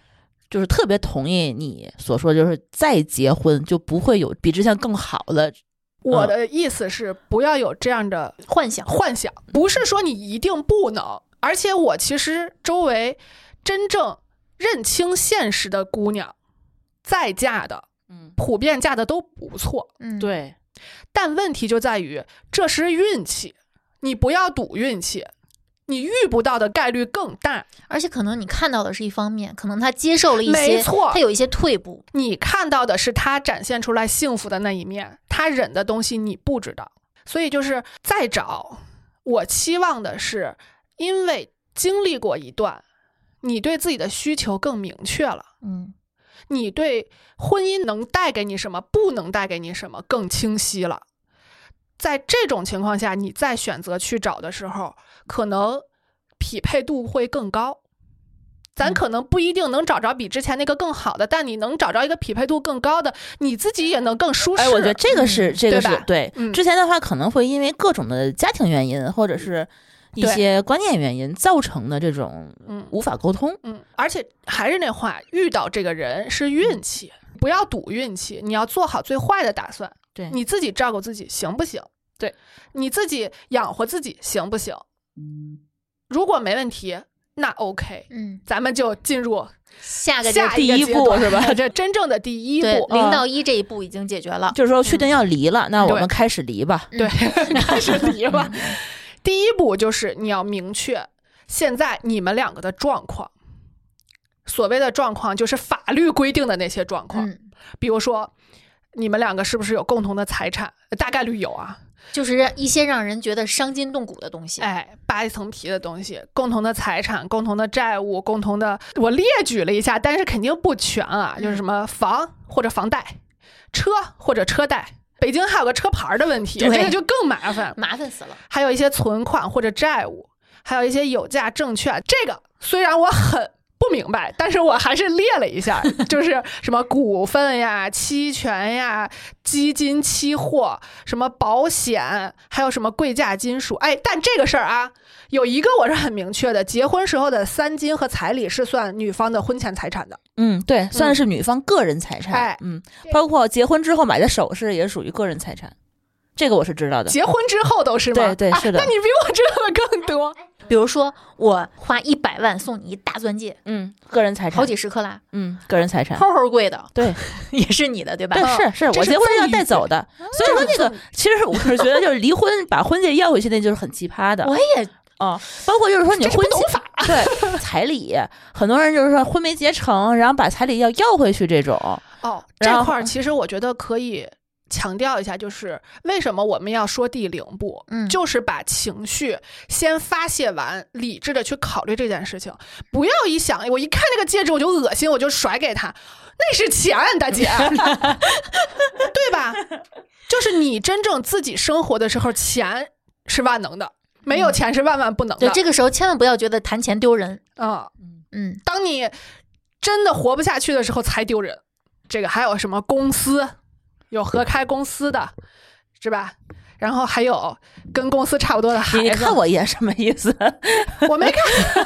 就是特别同意你所说，就是再结婚就不会有比之前更好的。 我的意思是不要有这样的幻想， 不是说你一定不能，而且我其实周围真正认清现实的姑娘再嫁的普遍嫁的都不错， 对， 但问题就在于这是运气，你不要赌运气，你遇不到的概率更大， 而且可能你看到的是一方面，可能他接受了一些， 没错， 他有一些退步， 你看到的是他展现出来幸福的那一面，他忍的东西你不知道。所以就是再找，我期望的是因为经历过一段，你对自己的需求更明确了，你对婚姻能带给你什么，不能带给你什么更清晰了。在这种情况下，你再选择去找的时候，可能匹配度会更高。咱可能不一定能找着比之前那个更好的，但你能找着一个匹配度更高的，你自己也能更舒适。 我觉得这个是对。之前的话可能会因为各种的家庭原因或者是一些观念原因造成的这种无法沟通。 而且还是那话，遇到这个人是运气，不要赌运气，你要做好最坏的打算。 对， 你自己照顾自己行不行？对，你自己养活自己行不行？如果没问题，那 OK，咱们就进入下个第一步是吧？ 这真正的第一步 ，0到1这一步已经解决了， 就是说确定要离了，那我们开始离吧。 对，开始离吧。第一步就是你要明确现在你们两个的状况，所谓的状况就是法律规定的那些状况，比如说你们两个是不是有共同的财产，大概率有啊， 就是一些让人觉得伤筋动骨的东西， 扒一层皮的东西，共同的财产，共同的债务，共同的，我列举了一下，但是肯定不全啊，就是什么房或者房贷，车或者车贷，北京还有个车牌的问题，这个就更麻烦死了。 还有一些存款或者债务，还有一些有价证券，这个虽然我很不明白，但是我还是列了一下，就是什么股份呀、期权呀、基金、期货，什么保险，还有什么贵价金属。但这个事儿啊，有一个我是很明确的，结婚时候的3金和彩礼是算女方的婚前财产的。 对，算是女方个人财产。包括结婚之后买的首饰也属于个人财产，这个我是知道的。 结婚之后都是吗？ 对，是的。 那你比我知道的更多。 比如说我花100万送你一大钻戒， 个人财产， 好几十克拉， 个人财产， 齁贵的， 对， 也是你的，对吧？ 对，是我结婚要带走的，所以说那个其实我是觉得就是离婚把婚戒要回去那就是很奇葩的。 我也包括就是说你婚法对彩礼，很多人就是说婚没结成，然后把彩礼要回去这种。 这块其实我觉得可以强调一下，就是为什么我们要说第0步，就是把情绪先发泄完，理智的去考虑这件事情，不要一想我一看这个戒指我就恶心，我就甩给他，那是钱，大姐对吧？就是你真正自己生活的时候，钱是万能的，没有钱是万万不能的。 对，这个时候千万不要觉得谈钱丢人。 当你真的活不下去的时候才丢人。这个还有什么公司，有合开公司的，是吧？然后还有跟公司差不多的孩子。 你看我一眼什么意思？ 我没看。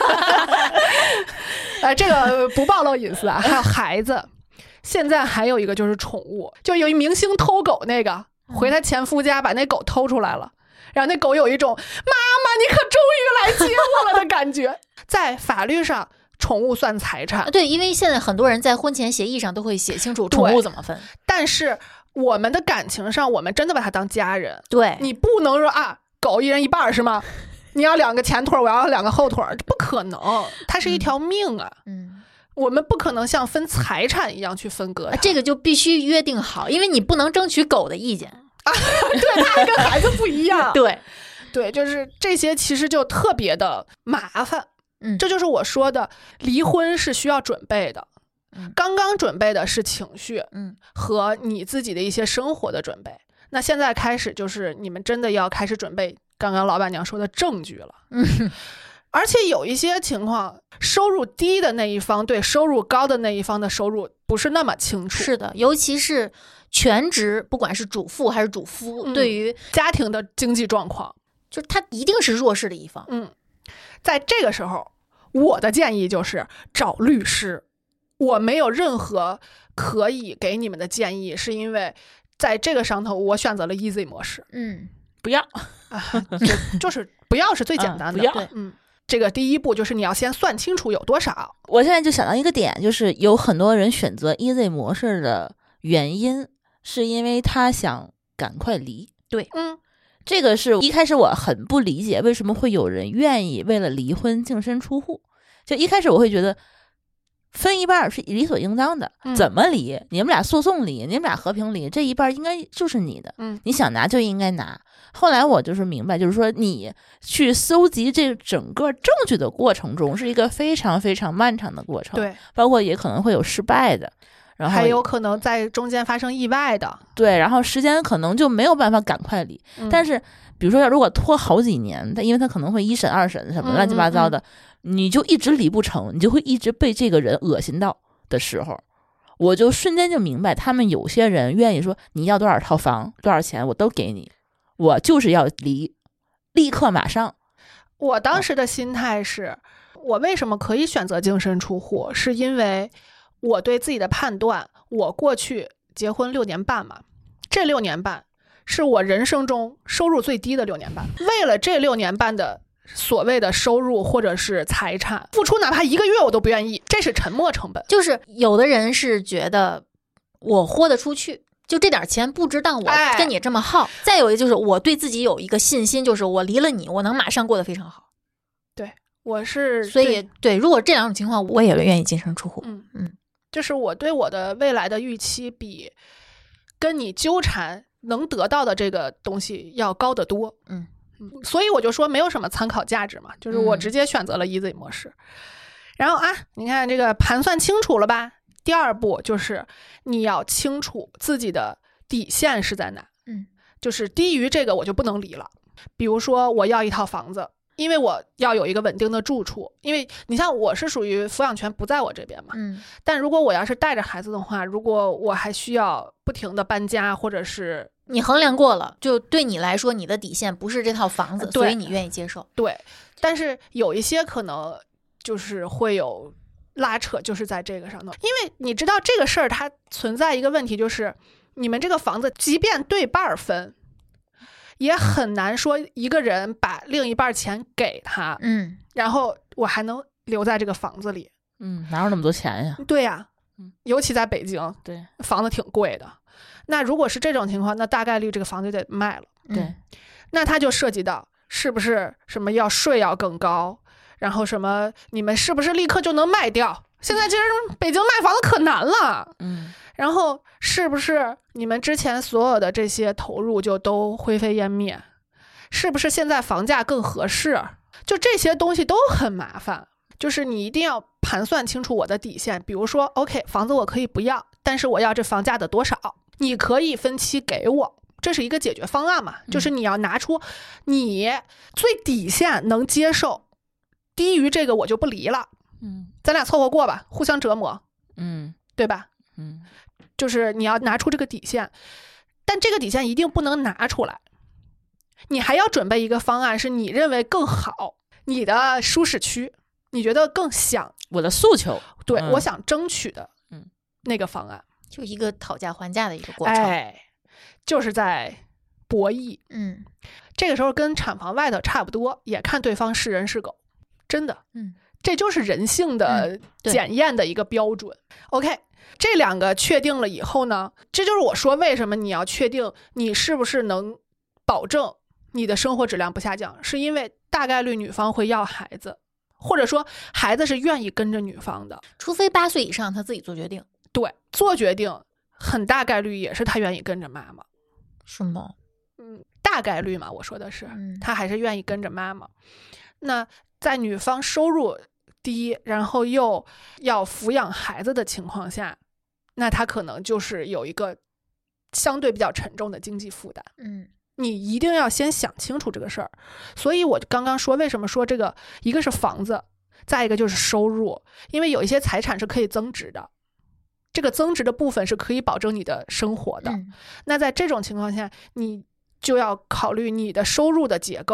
这个不暴露隐私啊。还有孩子，现在还有一个就是宠物，就有一明星偷狗那个，回他前夫家把那狗偷出来了，然后那狗有一种妈妈你可终于来接我了的感觉。在法律上宠物算财产， 对，因为现在很多人在婚前协议上都会写清楚宠物怎么分， 但是我们的感情上，我们真的把它当家人。 对， 你不能说狗一人一半是吗？你要2个前腿，我要2个后腿，这不可能，它是一条命啊。我们不可能像分财产一样去分割它， 这个就必须约定好，因为你不能争取狗的意见对，它还跟孩子不一样。 对， 就是这些其实就特别的麻烦。这就是我说的，离婚是需要准备的。刚刚准备的是情绪，和你自己的一些生活的准备。那现在开始就是你们真的要开始准备刚刚老板娘说的证据了。而且有一些情况，收入低的那一方对收入高的那一方的收入不是那么清楚。 是的，尤其是全职，不管是主妇还是主夫，对于家庭的经济状况， 就是他一定是弱势的一方。 在这个时候，我的建议就是找律师。 我没有任何可以给你们的建议，是因为在这个上头我选择了 easy 模式。 不要就是不要是最简单的， 不要。 这个第一步就是你要先算清楚有多少。 我现在就想到一个点，就是有很多人选择 easy 模式的原因是因为他想赶快离。 对， 这个是一开始我很不理解为什么会有人愿意为了离婚净身出户。就一开始我会觉得分一半是理所应当的，怎么离？你们俩诉讼离，你们俩和平离，这一半应该就是你的，你想拿就应该拿。后来我就是明白，就是说你去搜集这整个证据的过程中是一个非常非常漫长的过程， 对， 包括也可能会有失败的，然后还有可能在中间发生意外的， 对，然后时间可能就没有办法赶快离。但是比如说如果拖好几年，因为他可能会一审二审什么乱七八糟的，你就一直离不成，你就会一直被这个人恶心到的时候，我就瞬间就明白，他们有些人愿意说你要多少套房多少钱我都给你，我就是要离，立刻马上。 我当时的心态是，我为什么可以选择净身出户，是因为我对自己的判断，我过去结婚6年半嘛，这6年半是我人生中收入最低的6年半，为了这6年半的所谓的收入或者是财产付出哪怕1个月我都不愿意，这是沉没成本。 就是有的人是觉得我豁得出去，就这点钱不值当我跟你这么耗，再有一个就是我对自己有一个信心，就是我离了你我能马上过得非常好。 对，我是所以对，如果这两种情况我也愿意净身出户。 就是我对我的未来的预期比跟你纠缠能得到的这个东西要高得多。所以我就说没有什么参考价值嘛，就是我直接选择了 easy 模式。然后你看这个盘算清楚了吧？第二步就是你要清楚自己的底线是在哪。就是低于这个我就不能离了。比如说我要一套房子，因为我要有一个稳定的住处，因为你像我是属于抚养权不在我这边嘛。但如果我要是带着孩子的话，如果我还需要不停的搬家，或者是你衡量过了，就对你来说你的底线不是这套房子，所以你愿意接受。 对，但是有一些可能就是会有拉扯，就是在这个上头。因为你知道这个事儿它存在一个问题，就是你们这个房子即便对半分，也很难说一个人把另一半钱给他，然后我还能留在这个房子里。 哪有那么多钱呀？ 对呀，尤其在北京， 对， 房子挺贵的。那如果是这种情况，那大概率这个房子就得卖了。 对， 那它就涉及到是不是什么要税要更高，然后什么你们是不是立刻就能卖掉？现在其实北京卖房子可难了。然后是不是你们之前所有的这些投入就都灰飞烟灭？是不是现在房价更合适？就这些东西都很麻烦，就是你一定要盘算清楚我的底线。比如说 OK 房子我可以不要，但是我要这房价的多少，你可以分期给我，这是一个解决方案嘛。就是你要拿出你最底线能接受，低于这个我就不离了。咱俩凑合过吧，互相折磨。对吧？就是你要拿出这个底线，但这个底线一定不能拿出来，你还要准备一个方案，是你认为更好，你的舒适区，你觉得更想我的诉求， 对，我想争取的那个方案， 就一个讨价还价的一个过程。 就是在博弈。这个时候跟产房外头差不多，也看对方是人是狗，真的。这就是人性的检验的一个标准。OK， 这两个确定了以后呢，这就是我说为什么你要确定你是不是能保证你的生活质量不下降，是因为大概率女方会要孩子，或者说孩子是愿意跟着女方的， 除非8岁以上他自己做决定。 对，做决定很大概率也是他愿意跟着妈妈。 是吗？ 大概率嘛，我说的是他还是愿意跟着妈妈。那在女方收入低，然后又要抚养孩子的情况下，那他可能就是有一个相对比较沉重的经济负担。你一定要先想清楚这个事儿。所以我刚刚说为什么说这个，一个是房子，再一个就是收入，因为有一些财产是可以增值的，这个增值的部分是可以保证你的生活的。那在这种情况下，你就要考虑你的收入的结构，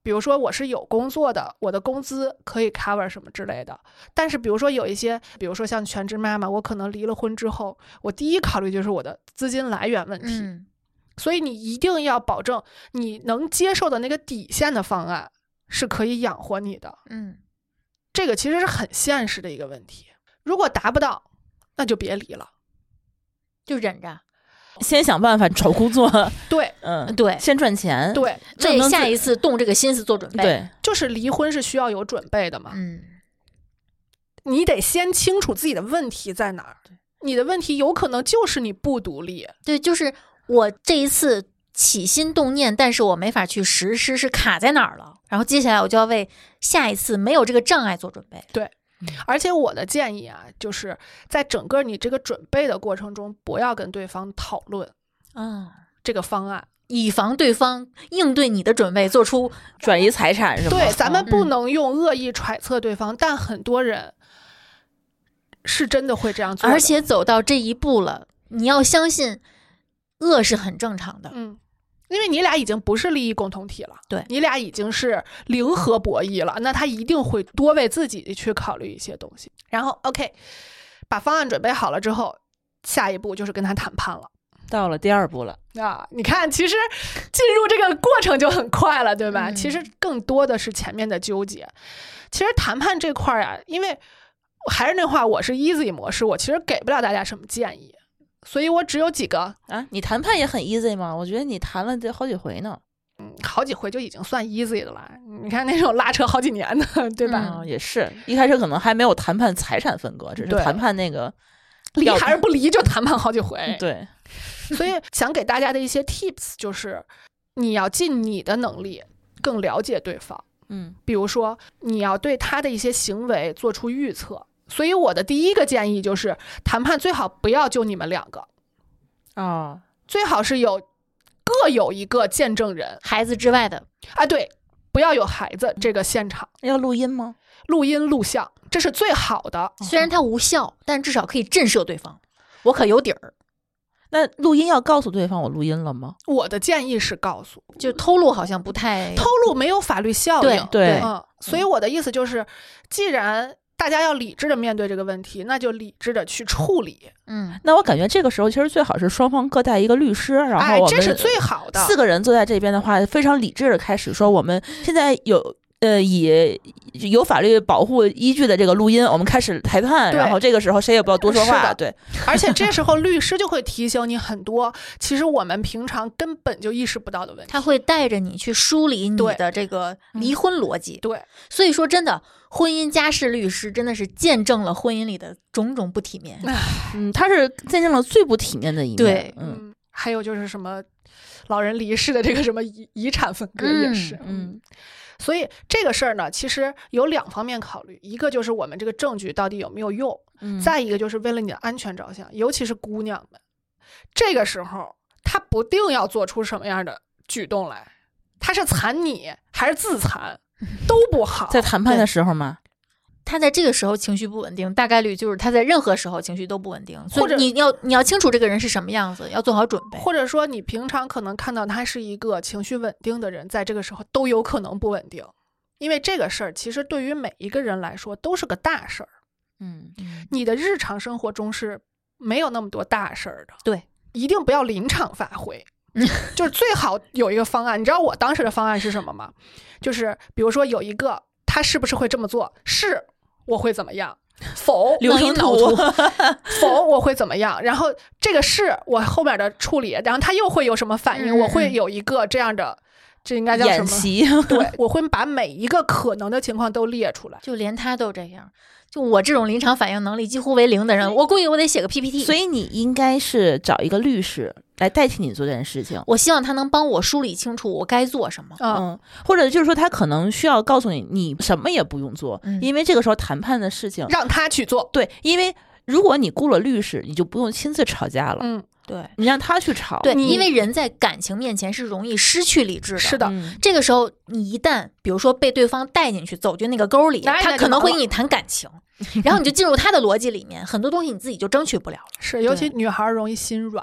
比如说我是有工作的，我的工资可以 cover 什么之类的。但是比如说有一些，比如说像全职妈妈，我可能离了婚之后，我第一考虑就是我的资金来源问题。所以你一定要保证你能接受的那个底线的方案是可以养活你的。这个其实是很现实的一个问题。如果达不到，那就别离了， 就忍着。 先想办法找工作， 对， 对， 先赚钱， 对， 为下一次动这个心思做准备。 对， 就是离婚是需要有准备的嘛。你得先清楚自己的问题在哪儿。你的问题有可能就是你不独立。 对，就是我这一次起心动念，但是我没法去实施，是卡在哪儿了？然后接下来我就要为下一次没有这个障碍做准备。 对。而且我的建议啊，就是在整个你这个准备的过程中，不要跟对方讨论这个方案， 以防对方应对你的准备做出转移财产是吗？ 对，咱们不能用恶意揣测对方，但很多人是真的会这样做的。 而且走到这一步了，你要相信恶是很正常的。 因为你俩已经不是利益共同体了， 对， 你俩已经是零和博弈了，那他一定会多为自己去考虑一些东西。然后 OK， 把方案准备好了之后，下一步就是跟他谈判了， 到了第二步了啊！你看，其实进入这个过程就很快了，对吧？其实更多的是前面的纠结。其实谈判这块啊，因为还是那话，我是 easy 模式，我其实给不了大家什么建议。所以我只有几个啊，你谈判也很 easy 吗？我觉得你谈了这好几回呢。 好几回就已经算 easy 的了。你看那种拉扯好几年的，对吧？ 也是一开始可能还没有谈判财产分割，只是谈判那个离还是不离就谈判好几回。 对， 所以想给大家的一些 tips 就是，你要尽你的能力更了解对方。比如说你要对他的一些行为做出预测。所以我的第一个建议就是，谈判最好不要就你们两个最好是各有一个见证人， 孩子之外的啊，对，不要有孩子这个现场。 要录音吗？ 录音录像，这是最好的。 虽然它无效，但至少可以震慑对方，我可有底儿。 那录音要告诉对方我录音了吗？ 我的建议是告诉， 就偷录好像不太， 偷录没有法律效应。 对， 所以我的意思就是，既然大家要理智的面对这个问题，那就理智的去处理。 那我感觉这个时候其实最好是双方各带一个律师，然后我们这是最好的。 4个人坐在这边的话，非常理智的开始说，我们现在以有法律保护依据的这个录音，我们开始谈判。然后这个时候谁也不要多说话。对， 而且这时候律师就会提醒你很多，其实我们平常根本就意识不到的问题。 他会带着你去梳理你的这个离婚逻辑。 对， 所以说真的。婚姻家事律师真的是见证了婚姻里的种种不体面。 他是见证了最不体面的一面。 对， 还有就是什么老人离世的这个什么遗产分割也是。所以这个事儿呢，其实有2方面考虑，一个就是我们这个证据到底有没有用，再一个就是为了你的安全着想，尤其是姑娘们，这个时候她不定要做出什么样的举动来，她是残你还是自残？都不好。 在谈判的时候吗？ 他在这个时候情绪不稳定，大概率就是他在任何时候情绪都不稳定。所以你要清楚这个人是什么样子，要做好准备。 或者说你平常可能看到他是一个情绪稳定的人，在这个时候都有可能不稳定，因为这个事儿其实对于每一个人来说都是个大事儿。你的日常生活中是没有那么多大事儿的。 对， 一定不要临场发挥。就是最好有一个方案。你知道我当时的方案是什么吗？就是比如说有一个他是不是会这么做，是我会怎么样，否流程图否我会怎么样，然后这个是我后面的处理，然后他又会有什么反应，我会有一个这样的，这应该叫什么演习。 对，我会把每一个可能的情况都列出来。 就连他都这样，就我这种临场反应能力几乎为零的人，我估计我得写个 PPT。 所以你应该是找一个律师来代替你做这件事情。 我希望他能帮我梳理清楚我该做什么。 或者就是说他可能需要告诉你，你什么也不用做，因为这个时候谈判的事情让他去做。 对，因为如果你雇了律师，你就不用亲自吵架了。 对， 你让他去吵。 对，因为人在感情面前是容易失去理智的。 是的， 这个时候你一旦比如说被对方带进去，走进那个沟里，他可能会跟你谈感情，然后你就进入他的逻辑里面，很多东西你自己就争取不了了。 是，尤其女孩容易心软。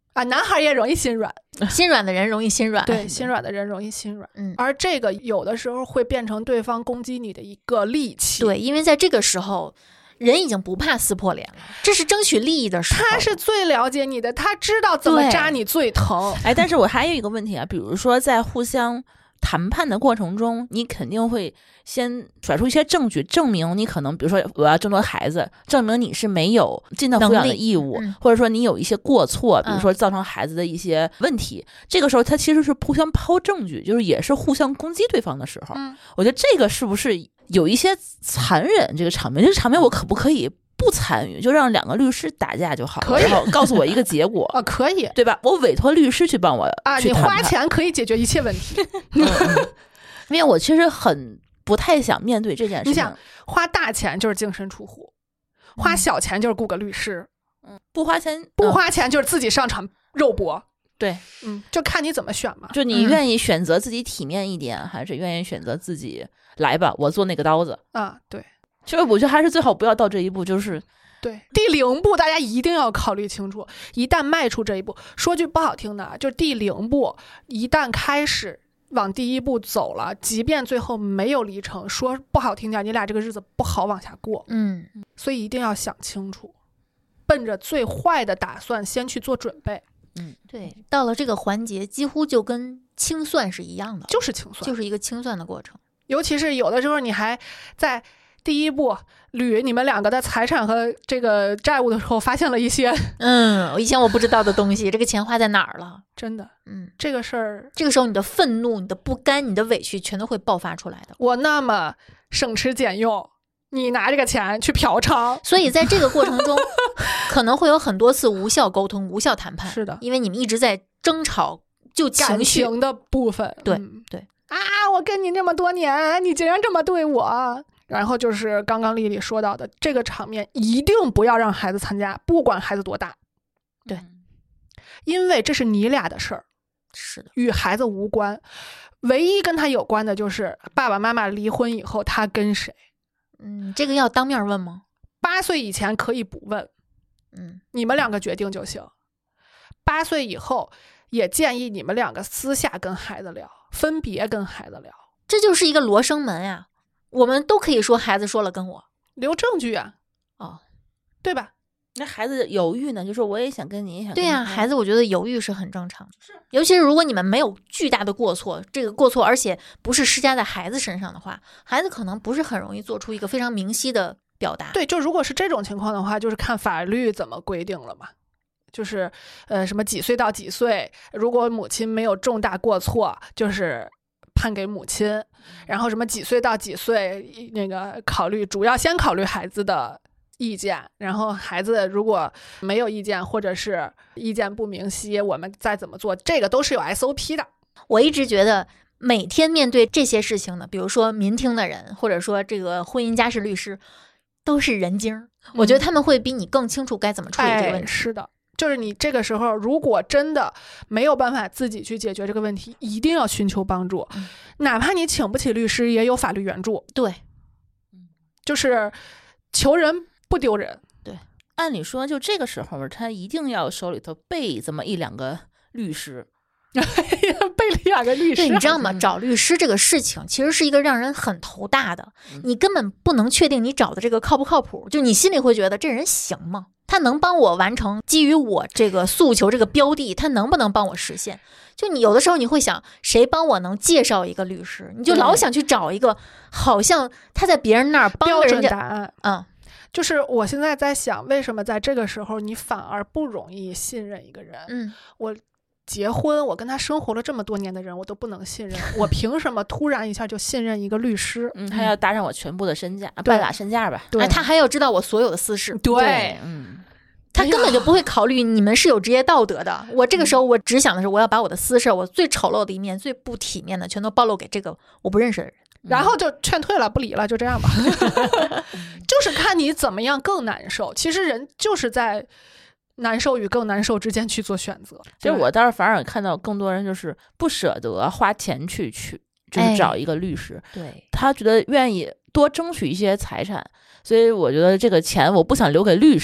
啊，男孩也容易心软， 心软的人容易心软， 对，心软的人容易心软。而这个有的时候会变成对方攻击你的一个利器。 对，因为在这个时候，人已经不怕撕破脸了，这是争取利益的时候。 他是最了解你的，他知道怎么扎你最疼。 哎，但是我还有一个问题啊，比如说在互相谈判的过程中，你肯定会先甩出一些证据，证明你可能，比如说我要争夺孩子，证明你是没有尽到抚养的义务，或者说你有一些过错，比如说造成孩子的一些问题。这个时候，他其实是互相抛证据，就是也是互相攻击对方的时候。我觉得这个是不是有一些残忍？这个场面，这个场面我可不可以不参与，就让2个律师打架就好了， 可以， 然后告诉我一个结果啊，可以， 对吧？我委托律师去帮我去谈判， 你花钱可以解决一切问题。 因为我其实很不太想面对这件事情。 你想花大钱就是净身出户，花小钱就是雇个律师， 不花钱就是自己上场肉搏。 对， 就看你怎么选嘛。 就你愿意选择自己体面一点，还是愿意选择自己来吧，我做那个刀子啊？对。 其实我觉得还是最好不要到这一步，就是对第0步，大家一定要考虑清楚。一旦迈出这一步，说句不好听的，就是第0步，一旦开始往第1步走了，即便最后没有离成，说不好听点，你俩这个日子不好往下过。所以一定要想清楚，奔着最坏的打算先去做准备。 对，到了这个环节，几乎就跟清算是一样的， 就是清算， 就是一个清算的过程。 尤其是有的时候，你还在第1步捋你们2个的财产和这个债务的时候，发现了一些以前我不知道的东西，这个钱花在哪儿了？ 真的，这个事儿， 这个时候你的愤怒、你的不甘、你的委屈，全都会爆发出来的。 我那么省吃俭用，你拿这个钱去嫖娼， 所以在这个过程中，可能会有很多次无效沟通、无效谈判。 是的， 因为你们一直在争吵，就感情的部分。 对对啊，我跟你这么多年，你竟然这么对我。然后就是刚刚丽丽说到的，这个场面一定不要让孩子参加，不管孩子多大。 对， 因为这是你俩的事儿， 是的， 与孩子无关。唯一跟他有关的就是爸爸妈妈离婚以后他跟谁。 这个要当面问吗 ？8岁以前可以不问，你们2个决定就行。8岁以后也建议你们2个私下跟孩子聊，分别跟孩子聊。 这就是一个罗生门呀。我们都可以说孩子说了跟我留证据啊，对吧？ 那孩子犹豫呢，就说我也想跟你，也想跟你。 对呀，孩子我觉得犹豫是很正常的，尤其是如果你们没有巨大的过错，这个过错而且不是施加在孩子身上的话，孩子可能不是很容易做出一个非常明晰的表达。 对，就如果是这种情况的话，就是看法律怎么规定了嘛。就是什么几岁到几岁，如果母亲没有重大过错，就是判给母亲。然后什么几岁到几岁，那个主要先考虑孩子的意见，然后孩子如果没有意见或者是意见不明晰，我们再怎么做，这个都是有 SOP 的。 我一直觉得每天面对这些事情呢，比如说民听的人，或者说这个婚姻家事律师，都是人精，我觉得他们会比你更清楚该怎么处理这个问题。 是的，就是你这个时候如果真的没有办法自己去解决这个问题，一定要寻求帮助，哪怕你请不起律师也有法律援助。 对， 就是求人不丢人。 对，按理说就这个时候他一定要手里头备这么1-2个律师。 备了2个律师。 对，你知道吗？找律师这个事情其实是一个让人很头大的，你根本不能确定你找的这个靠不靠谱，就你心里会觉得这人行吗？他能帮我完成基于我这个诉求这个标的，他能不能帮我实现？就你有的时候你会想，谁帮我能介绍一个律师？你就老想去找一个好像他在别人那儿帮人家标准答案。就是我现在在想，为什么在这个时候你反而不容易信任一个人？我结婚，我跟他生活了这么多年的人，我都不能信任，我凭什么突然一下就信任一个律师？ 他要搭上我全部的身价，半拉身价吧。 对， 他还要知道我所有的私事。 对， 他根本就不会考虑你们是有职业道德的。我这个时候我只想的是，我要把我的私事，我最丑陋的一面、最不体面的，全都暴露给这个我不认识的人， 然后就劝退了，不理了，就这样吧。就是看你怎么样更难受。其实人就是在难受与更难受之间去做选择。 其实我倒是反而看到更多人就是不舍得花钱去就是找一个律师， 对， 他觉得愿意多争取一些财产，所以我觉得这个钱我不想留给律师，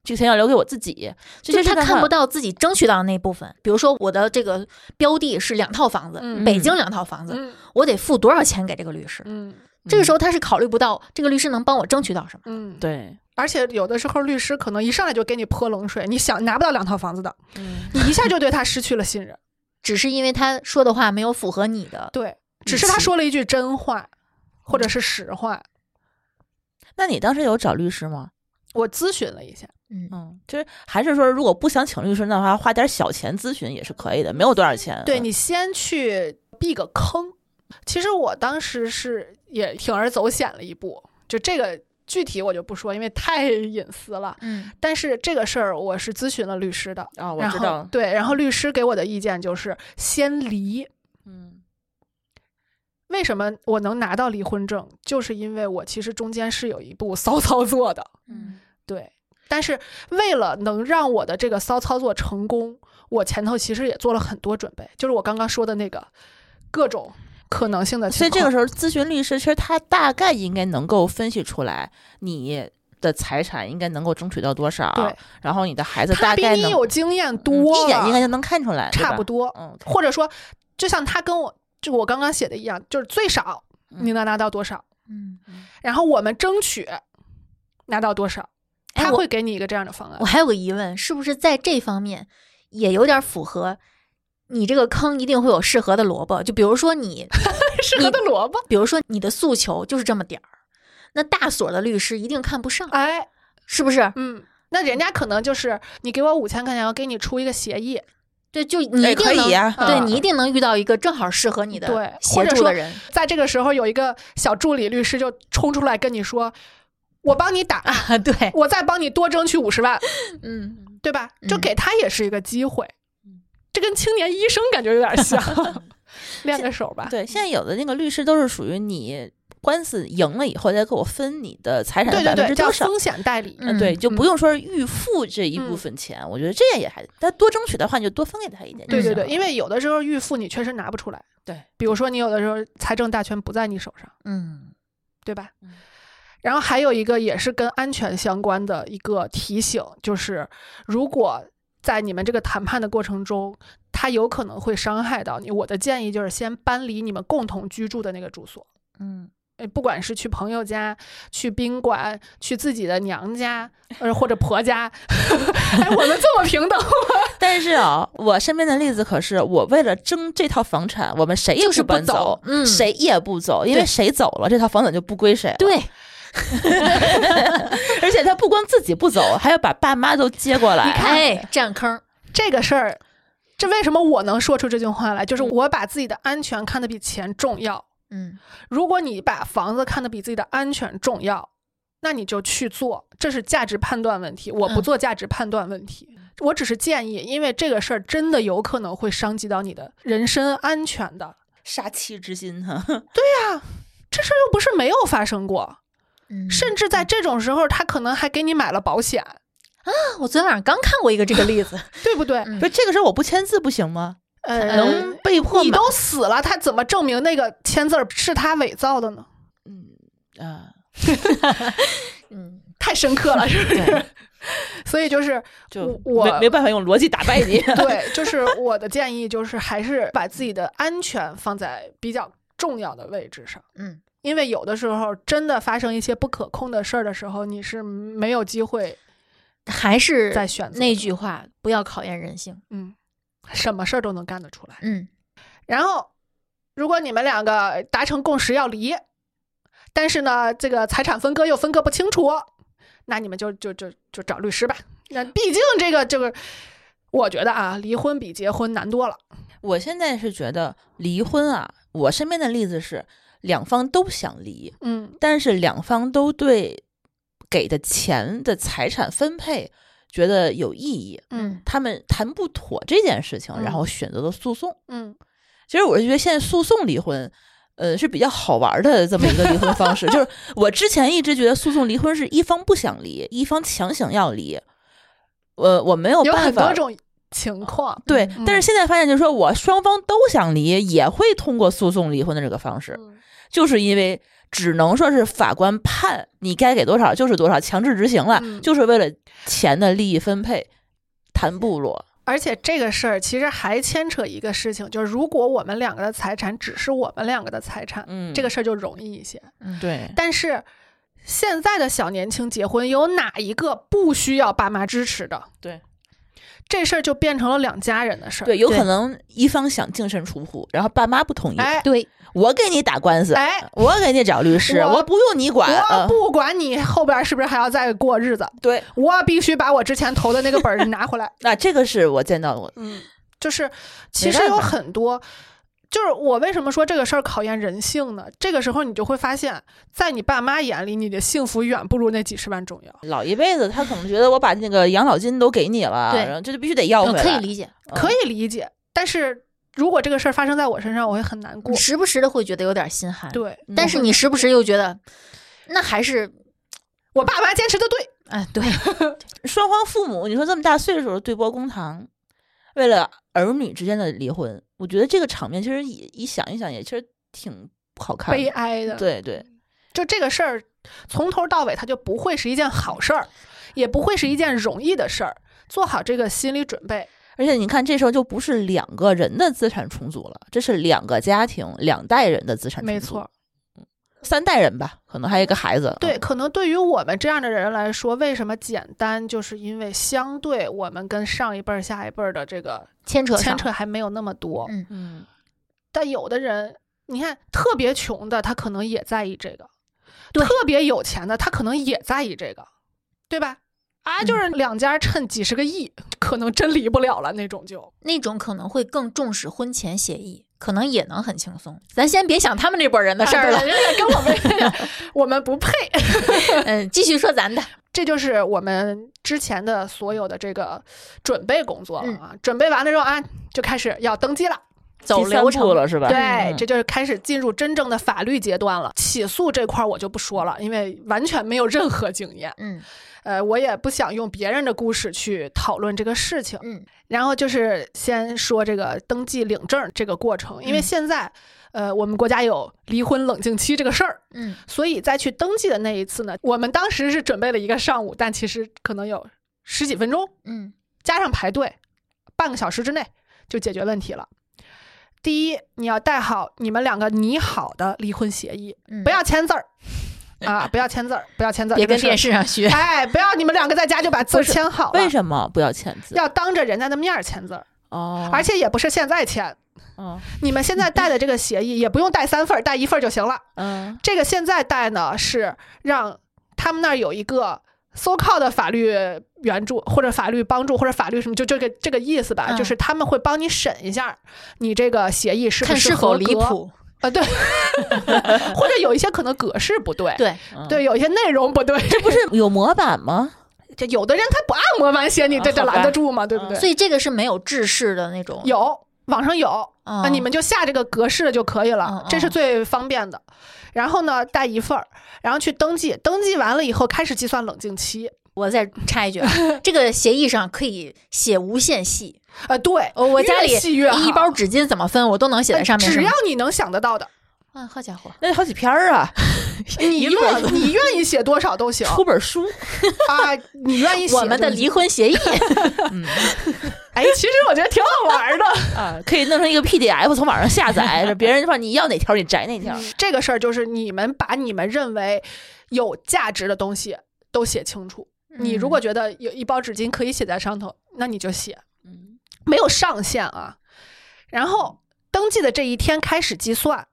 这个钱要留给我自己， 就是他看不到自己争取到的那部分。比如说我的这个标的是2套房子，北京2套房子，我得付多少钱给这个律师？这个时候他是考虑不到这个律师能帮我争取到什么。 对。 而且有的时候律师可能一上来就给你泼冷水，你想拿不到2套房子的，你一下就对他失去了信任， 只是因为他说的话没有符合你的， 对，只是他说了一句真话，或者是实话。 那你当时有找律师吗？ 我咨询了一下， 就是还是说，如果不想请律师的话，花点小钱咨询也是可以的，没有多少钱。 对，你先去避个坑。其实我当时是也铤而走险了一步，就这个具体我就不说，因为太隐私了。但是这个事儿我是咨询了律师的啊，我知道。 对，然后律师给我的意见就是先离。为什么我能拿到离婚证？就是因为我其实中间是有一步骚操作的。对。但是为了能让我的这个骚操作成功，我前头其实也做了很多准备，就是我刚刚说的那个各种可能性的情况。 所以这个时候咨询律师，其实他大概应该能够分析出来你的财产应该能够争取到多少， 对， 然后你的孩子大概他比你有经验多， 一眼应该就能看出来， 差不多。或者说就像他跟我就我刚刚写的一样，就是最少你能拿到多少，然后我们争取拿到多少，他会给你一个这样的方案。 我还有个疑问，是不是在这方面也有点符合你这个坑一定会有适合的萝卜？就比如说你适合的萝卜， 比如说你的诉求就是这么点儿，那大所的律师一定看不上， 哎， 是不是？ 那人家可能就是你给我5000块钱，我给你出一个协议。 对，就你一定能， 可以啊， 对你一定能遇到一个正好适合你的协助的人。 在这个时候有一个小助理律师就冲出来跟你说，我帮你打， 对， 我再帮你多争取50万，对吧？就给他也是一个机会。这跟青年医生感觉有点像，练个手吧。 对，现在有的那个律师都是属于你官司赢了以后再给我分你的财产的百分之多少， 叫风险代理。 对，就不用说预付这一部分钱。我觉得这样也还，但多争取的话，你就多分给他一点。 对，因为有的时候预付你确实拿不出来。 对， 比如说你有的时候财政大权不在你手上，对吧？然后还有一个也是跟安全相关的一个提醒，就是如果在你们这个谈判的过程中，他有可能会伤害到你，我的建议就是先搬离你们共同居住的那个住所。不管是去朋友家、去宾馆、去自己的娘家，或者婆家，哎，我们这么平等吗？ 但是我身边的例子可是，我为了争这套房产，我们谁也不搬走，谁也不走，因为谁走了，这套房产就不归谁了。 对。 而且他不光自己不走，还要把爸妈都接过来。 你看，占坑这个事儿，这为什么我能说出这句话来？就是我把自己的安全看得比钱重要。如果你把房子看得比自己的安全重要，那你就去做，这是价值判断问题。我不做价值判断问题，我只是建议，因为这个事儿真的有可能会伤及到你的人身安全的。 杀妻之心哈。 对呀，这事儿又不是没有发生过。甚至在这种时候他可能还给你买了保险啊！我昨天晚上刚看过一个这个例子， 对不对？ 不是这个时候我不签字不行吗？能被迫你都死了，他怎么证明那个签字是他伪造的呢？太深刻了，是不是？所以就是我没办法用逻辑打败你。 对，就是我的建议就是还是把自己的安全放在比较重要的位置上。因为有的时候真的发生一些不可控的事儿的时候，你是没有机会， 还是再选择那句话，不要考验人性。 什么事儿都能干得出来。然后如果你们两个达成共识要离，但是呢这个财产分割又分割不清楚，那你们就找律师吧。那毕竟这个我觉得啊，离婚比结婚难多了。 我现在是觉得离婚啊，我身边的例子是两方都想离，但是两方都对给的钱的财产分配觉得有意义，他们谈不妥这件事情，然后选择了诉讼。其实我是觉得现在诉讼离婚是比较好玩的这么一个离婚方式。就是我之前一直觉得诉讼离婚是一方不想离，一方强行要离，我没有办法， 有很多种情况。 对，但是现在发现就是说我双方都想离，也会通过诉讼离婚的这个方式。就是因为只能说是法官判你该给多少就是多少，强制执行了，就是为了钱的利益分配谈部落。 而且这个事儿其实还牵扯一个事情，就是如果我们两个的财产只是我们两个的财产，这个事儿就容易一些。 对。 但是现在的小年轻结婚，有哪一个不需要爸妈支持的？ 对。 这事儿就变成了两家人的事儿。 对，有可能一方想净身出户，然后爸妈不同意。 对， 我给你打官司，我给你找律师，我不用你管， 我不管你后边是不是还要再过日子。 对， 我必须把我之前投的那个本儿拿回来。 那这个是我见到过。 就是其实有很多。就是我为什么说这个事儿考验人性呢？这个时候你就会发现，在你爸妈眼里，你的幸福远不如那几十万重要。 老一辈子他可能觉得我把那个养老金都给你了，然后这就必须得要回来。 可以理解， 可以理解。但是如果这个事儿发生在我身上，我会很难过。 你时不时的会觉得有点心寒， 对。 但是你时不时又觉得，那还是我爸妈坚持的对。 哎，对。 双方父母，你说这么大岁数对簿公堂，为了儿女之间的离婚，我觉得这个场面其实一想一想也其实挺不好看的， 悲哀的。 对对， 就这个事儿从头到尾它就不会是一件好事儿，也不会是一件容易的事儿，做好这个心理准备。 而且你看这时候就不是两个人的资产重组了，这是两个家庭两代人的资产重组。 没错 ，3代人吧，可能还有一个孩子。 对，可能对于我们这样的人来说，为什么简单，就是因为相对我们跟上一辈儿下一辈儿的这个牵扯还没有那么多。但有的人你看特别穷的他可能也在意这个，特别有钱的他可能也在意这个，对吧？就是两家趁几十个亿，可能真离不了了那种， 那种可能会更重视婚前协议，可能也能很轻松。咱先别想他们那拨人的事儿了， 跟我们我们不配。 继续说咱的， 这就是我们之前的所有的这个准备工作了啊。准备完了之后就开始要登记了。 走流程了是吧？ 对，这就是开始进入真正的法律阶段了。起诉这块我就不说了，因为完全没有任何经验。我也不想用别人的故事去讨论这个事情。然后就是先说这个登记领证这个过程，因为现在我们国家有离婚冷静期这个事儿，所以在去登记的那一次呢，我们当时是准备了一个上午，但其实可能有10几分钟，加上排队，半个小时之内就解决问题了。第一，你要带好你们两个拟好的离婚协议，不要签字儿。不要签字儿，不要签字儿， 别跟电视上学。 不要你们两个在家就把字签好了。 为什么不要签字？ 要当着人家的面签字儿。而且也不是现在签。你们现在带的这个协议也不用带3份，带1份就行了。这个现在带呢是让他们那儿有一个so-called的法律援助或者法律帮助或者法律什么，就这个意思吧，就是他们会帮你审一下你这个协议是不是合格， 看是否离谱。 对，或者有一些可能格式不对， 对， 有一些内容不对， 这不是有模板吗？ 这有的人他不按模板写，你这拦得住吗？对不对？ 所以这个是没有制式的那种， 有网上有，你们就下这个格式就可以了，这是最方便的。然后呢，带1份，然后去登记，登记完了以后开始计算冷静期。 我再插一句，这个协议上可以写无限细。 对， 我家里一包纸巾怎么分，我都能写在上面。 只要你能想得到的。 好家伙， 那好几篇啊！ 你愿意写多少都行， 出本书你愿意写我们的离婚协议。 其实我觉得挺好玩的可以弄成一个 PDF 从网上下载，别人说你要哪条你摘哪条。 这个事儿就是你们把你们认为有价值的东西都写清楚。你如果觉得有一包纸巾可以写在上头，那你就写，没有上限啊。然后登记的这一天开始计算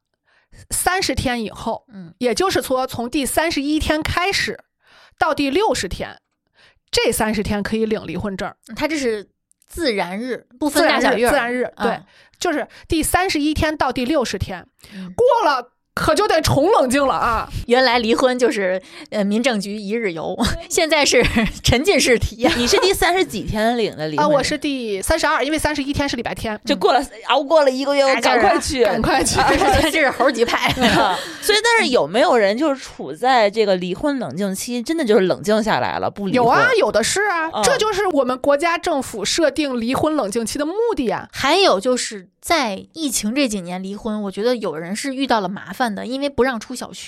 ，30天以后，也就是说从第31天开始到第60天，这30天可以领离婚证。 它这是自然日，不分大小月。 自然日，对，就是第31天到第60天，过了可就得重冷静了啊！ 原来离婚就是民政局1日游，现在是沉浸式体验。 你是第30几天领的离婚？ 我是第32，因为31天是礼拜天， 就熬过了1个月，赶快去， 这是猴急派。 所以，但是有没有人就是处在这个离婚冷静期，真的就是冷静下来了，不离婚？ 有啊，有的是啊，这就是我们国家政府设定离婚冷静期的目的啊。 还有就是在疫情这几年离婚，我觉得有人是遇到了麻烦的，因为不让出小区。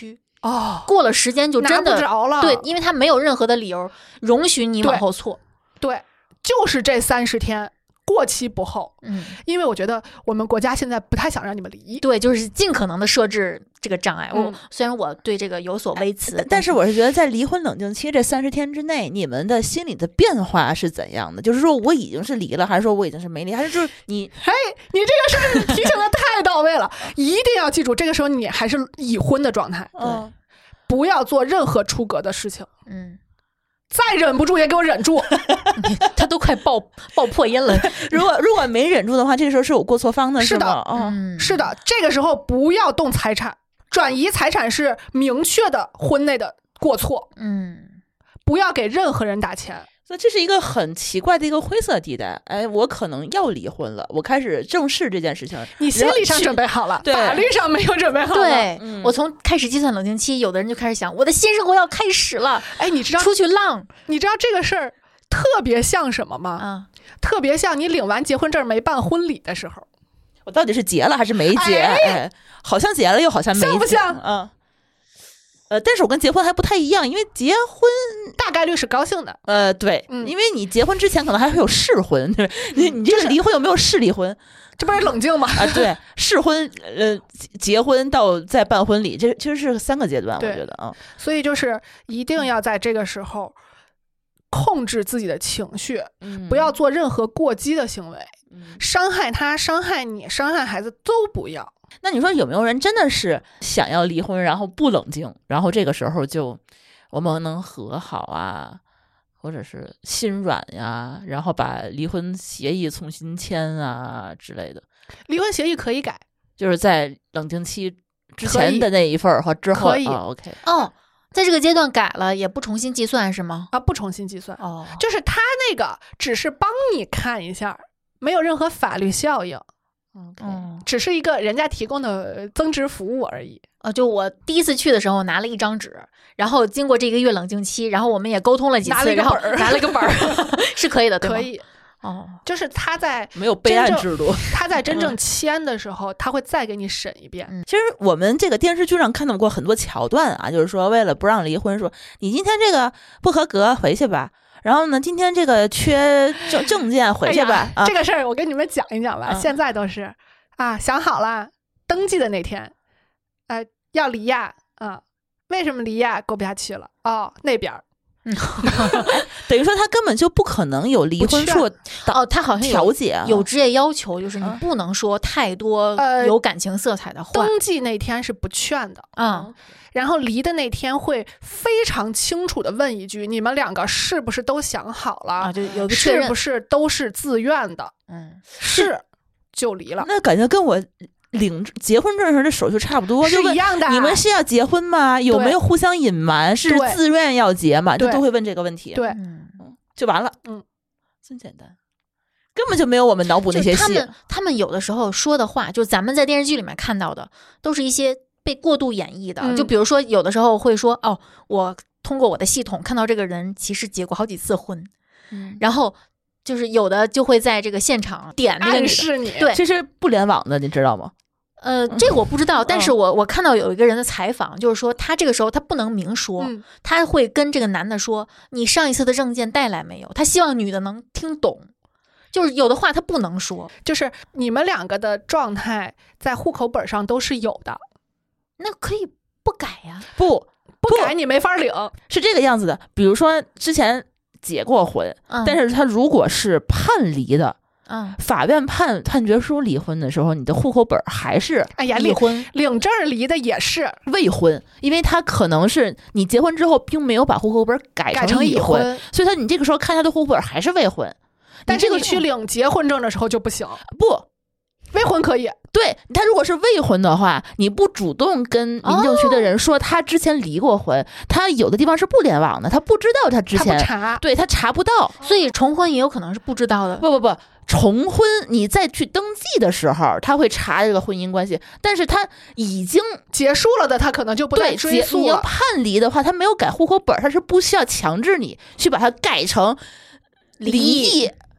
过了时间就真的拿不着了。 对，因为他没有任何的理由容许你往后错。 对，就是这30天。过期不候，因为我觉得我们国家现在不太想让你们离， 对，就是尽可能的设置这个障碍。虽然我对这个有所微词， 但是我是觉得在离婚冷静期这30天之内，你们的心理的变化是怎样的？就是说我已经是离了，还是说我已经是没离，还是就是你， 嘿，你这个是提醒的太到位了，一定要记住，这个时候你还是已婚的状态，不要做任何出格的事情，再忍不住也给我忍住， 他都快爆破音了。 如果没忍住的话，这个时候是有过错方的， 是的，是的，这个时候不要动财产，转移财产是明确的婚内的过错，不要给任何人打钱。 所以这是一个很奇怪的一个灰色地带。哎，我可能要离婚了，我开始正视这件事情。 你心理上准备好了，法律上没有准备好。 对，我从开始计算冷静期，有的人就开始想，我的新生活要开始了。 哎，你知道出去浪， 你知道这个事儿特别像什么吗？特别像你领完结婚证没办婚礼的时候， 我到底是结了还是没结？好像结了，又好像没结， 像不像？ 但是我跟结婚还不太一样，因为结婚大概率是高兴的。 对，因为你结婚之前可能还会有试婚，对吧？你这个离婚有没有试离婚？ 这不是冷静吗？ 对，试婚，结婚到再办婚礼，这其实是3个阶段，我觉得啊。 所以就是一定要在这个时候控制自己的情绪，不要做任何过激的行为，伤害他、伤害你、伤害孩子都不要。 那你说有没有人真的是想要离婚，然后不冷静，然后这个时候就我们能和好啊，或者是心软呀，然后把离婚协议重新签啊之类的？ 离婚协议可以改， 就是在冷静期之前的那一份和之后可以 OK 在这个阶段改了也不重新计算是吗？ 不重新计算就是他那个只是帮你看一下，没有任何法律效应。只是一个人家提供的增值服务而已。 就我第一次去的时候拿了一张纸，然后经过这1个月冷静期，然后我们也沟通了几次，然后拿了个本儿，是可以的，对吗？ 可以。就是他在没有备案制度， 他在真正签的时候，他会再给你审一遍。 其实我们这个电视剧上看到过很多桥段啊，就是说为了不让离婚，说你今天这个不合格回去吧。然后呢，今天这个缺证件回去吧。 这个事儿我跟你们讲一讲吧。现在都是想好了，登记的那天，要离呀，为什么离呀？过不下去了。那边等于说他根本就不可能有离婚处他好像调解有职业要求，就是你不能说太多有感情色彩的话。 登记那天是不劝的。然后离的那天会非常清楚的问一句，你们2个是不是都想好了？ 就有个确认， 是不是都是自愿的？是就离了。 那感觉跟我领结婚证时的手续差不多， 是一样的。 你们是要结婚吗？有没有互相隐瞒？是自愿要结吗？就都会问这个问题。 对， 就完了。真简单，根本就没有我们脑补那些戏。 他们有的时候说的话，就咱们在电视剧里面看到的，都是一些被过度演绎的。就比如说，有的时候会说，我通过我的系统看到这个人其实结过好几次婚，然后就是有的就会在这个现场点那个暗示你。 对， 这是不联网的，你知道吗？ 这个我不知道，但是我看到有一个人的采访，就是说他这个时候他不能明说，他会跟这个男的说，你上一次的证件带来没有？他希望女的能听懂，就是有的话他不能说， 就是你们2个的状态在户口本上都是有的， 那可以不改呀？ 不改你没法领， 是这个样子的。比如说之前结过婚，但是他如果是判离的。法院判决书离婚的时候，你的户口本还是离婚，领证离的也是未婚，因为他可能是你结婚之后并没有把户口本改成已婚，所以你这个时候看他的户口本还是未婚。 但这个去领结婚证的时候就不行，未婚可以。 对，他如果是未婚的话，你不主动跟民政局的人说他之前离过婚，他有的地方是不联网的，他不知道他之前对他查不到， 所以重婚也有可能是不知道的。 不，重婚你再去登记的时候，他会查这个婚姻关系，但是他已经结束了的，他可能就不再追溯了。 已经判离的话，他没有改户口本，他是不需要强制你去把它改成离异。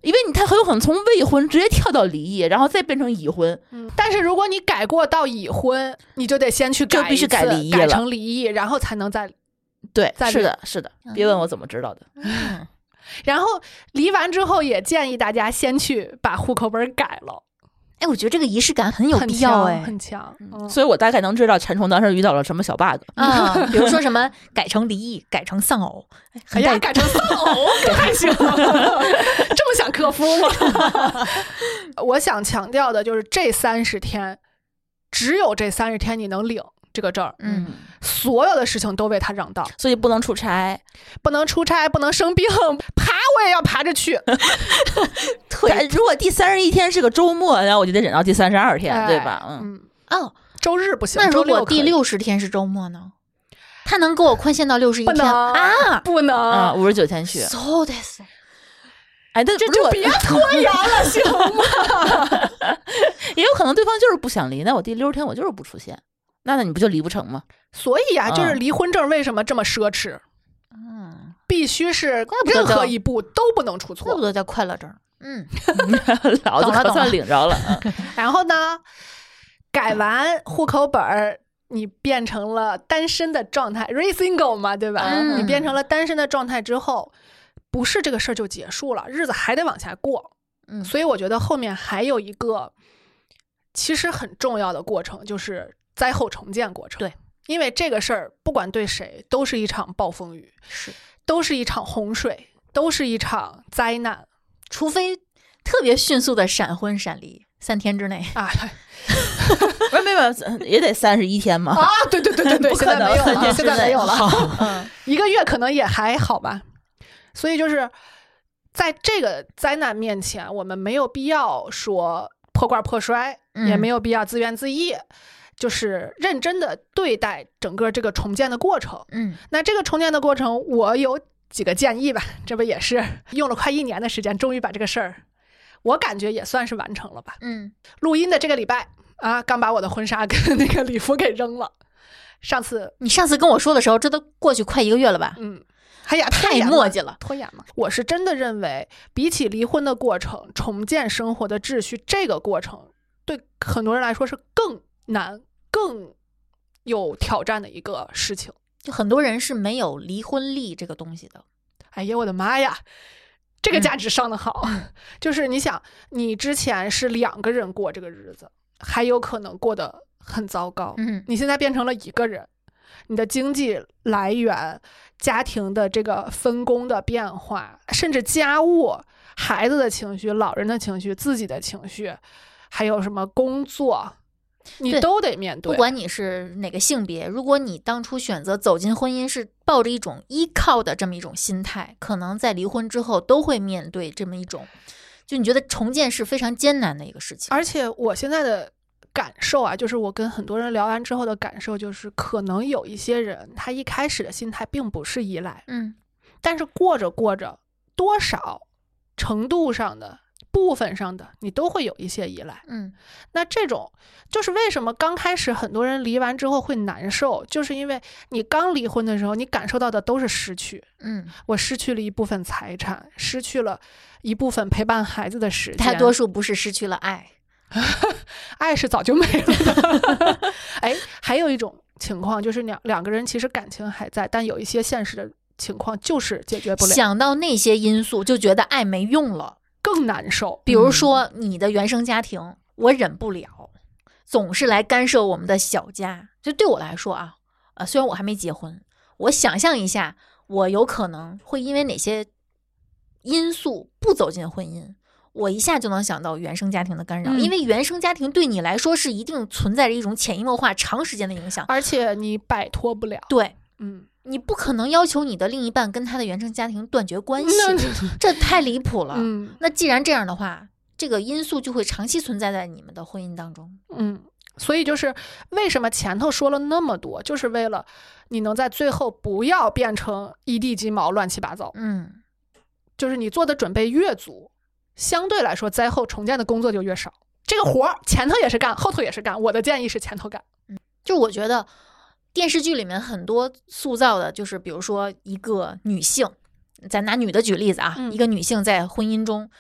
因为他很有可能从未婚直接跳到离异，然后再变成已婚。 但是如果你改过到已婚，你就得先去改， 就必须改离异了， 改成离异，然后才能再对，是的，别问我怎么知道的。 然后离完之后，也建议大家先去把户口本改了。 哎，我觉得这个仪式感很有必要， 很强。 所以我大概能知道馋虫当时遇到了什么小 bug 啊，比如说什么改成离异，改成丧偶， 哎呀，改成丧偶太行了，这么想克夫吗？我想强调的就是这30天，只有这30天你能领这个证，所有的事情都为他让道， 所以不能出差， 不能生病，爬我也要爬着去。 如果第31天是个周末，然后我就得忍到第32天，对吧？ 周日不行。 那如果第60天是周末呢？他能给我宽限到61天啊？ 不能 ，59天去。 So this， 哎， 这就别拖延了，行吗？ 也有可能对方就是不想离，那我第60天我就是不出现。那你不就离不成吗？ 所以啊，就是离婚证为什么这么奢侈？必须是任何一步都不能出错。 怪不得叫快乐证。 老子可算领着了。 然后呢，改完户口本你变成了单身的状态 ，re-single 嘛，对吧？你变成了单身的状态之后，不是这个事儿就结束了，日子还得往下过。所以我觉得后面还有一个其实很重要的过程，就是灾后重建过程。 对， 因为这个事儿不管对谁都是一场暴风雨，都是一场洪水，都是一场灾难， 除非特别迅速的闪婚闪离，3天之内啊。 没有，也得31天嘛。 啊，对， 不可能现在没有了。1个月可能也还好吧。所以就是在这个灾难面前，我们没有必要说破罐破摔，也没有必要自怨自艾。就是认真的对待整个这个重建的过程。那这个重建的过程，我有几个建议吧。这不也是用了快1年的时间，终于把这个事儿，我感觉也算是完成了吧。录音的这个礼拜啊，刚把我的婚纱跟那个礼服给扔了。 你上次跟我说的时候，这都过去快1个月了吧？ 哎呀， 太磨叽了， 拖延了。我是真的认为，比起离婚的过程，重建生活的秩序这个过程，对很多人来说是更难、更有挑战的一个事情。 就很多人是没有离婚力这个东西的。 哎呀，我的妈呀，这个价值上的好。就是你想，你之前是2个人过这个日子，还有可能过得很糟糕。你现在变成了1个人，你的经济来源、家庭的这个分工的变化，甚至家务、孩子的情绪、老人的情绪、自己的情绪，还有什么工作，你都得面对。 不管你是哪个性别，如果你当初选择走进婚姻是抱着一种依靠的这么一种心态，可能在离婚之后都会面对这么一种，就你觉得重建是非常艰难的一个事情。 而且我现在的感受啊，就是我跟很多人聊完之后的感受，就是可能有一些人他一开始的心态并不是依赖，但是过着过着，多少程度上的部分上的你都会有一些依赖。那这种就是为什么刚开始很多人离完之后会难受，就是因为你刚离婚的时候，你感受到的都是失去。我失去了一部分财产，失去了一部分陪伴孩子的时间， 大多数不是失去了爱。 爱是早就没了的。哎，还有一种情况就是两个人其实感情还在，但有一些现实的情况就是解决不了。 想到那些因素就觉得爱没用了， 更难受。 比如说你的原生家庭，我忍不了，总是来干涉我们的小家。就对我来说啊，虽然我还没结婚，我想象一下，我有可能会因为哪些因素不走进婚姻。我一下就能想到原生家庭的干扰，因为原生家庭对你来说是一定存在着一种潜移默化、长时间的影响， 而且你摆脱不了。 对，你不可能要求你的另一半跟他的原生家庭断绝关系，这太离谱了。那既然这样的话，这个因素就会长期存在在你们的婚姻当中。 所以就是为什么前头说了那么多，就是为了你能在最后不要变成一地鸡毛、乱七八糟。就是你做的准备越足，相对来说灾后重建的工作就越少。这个活前头也是干，后头也是干，我的建议是前头干。 就我觉得电视剧里面很多塑造的就是比如说一个女性，咱拿女的举例子啊，一个女性在婚姻中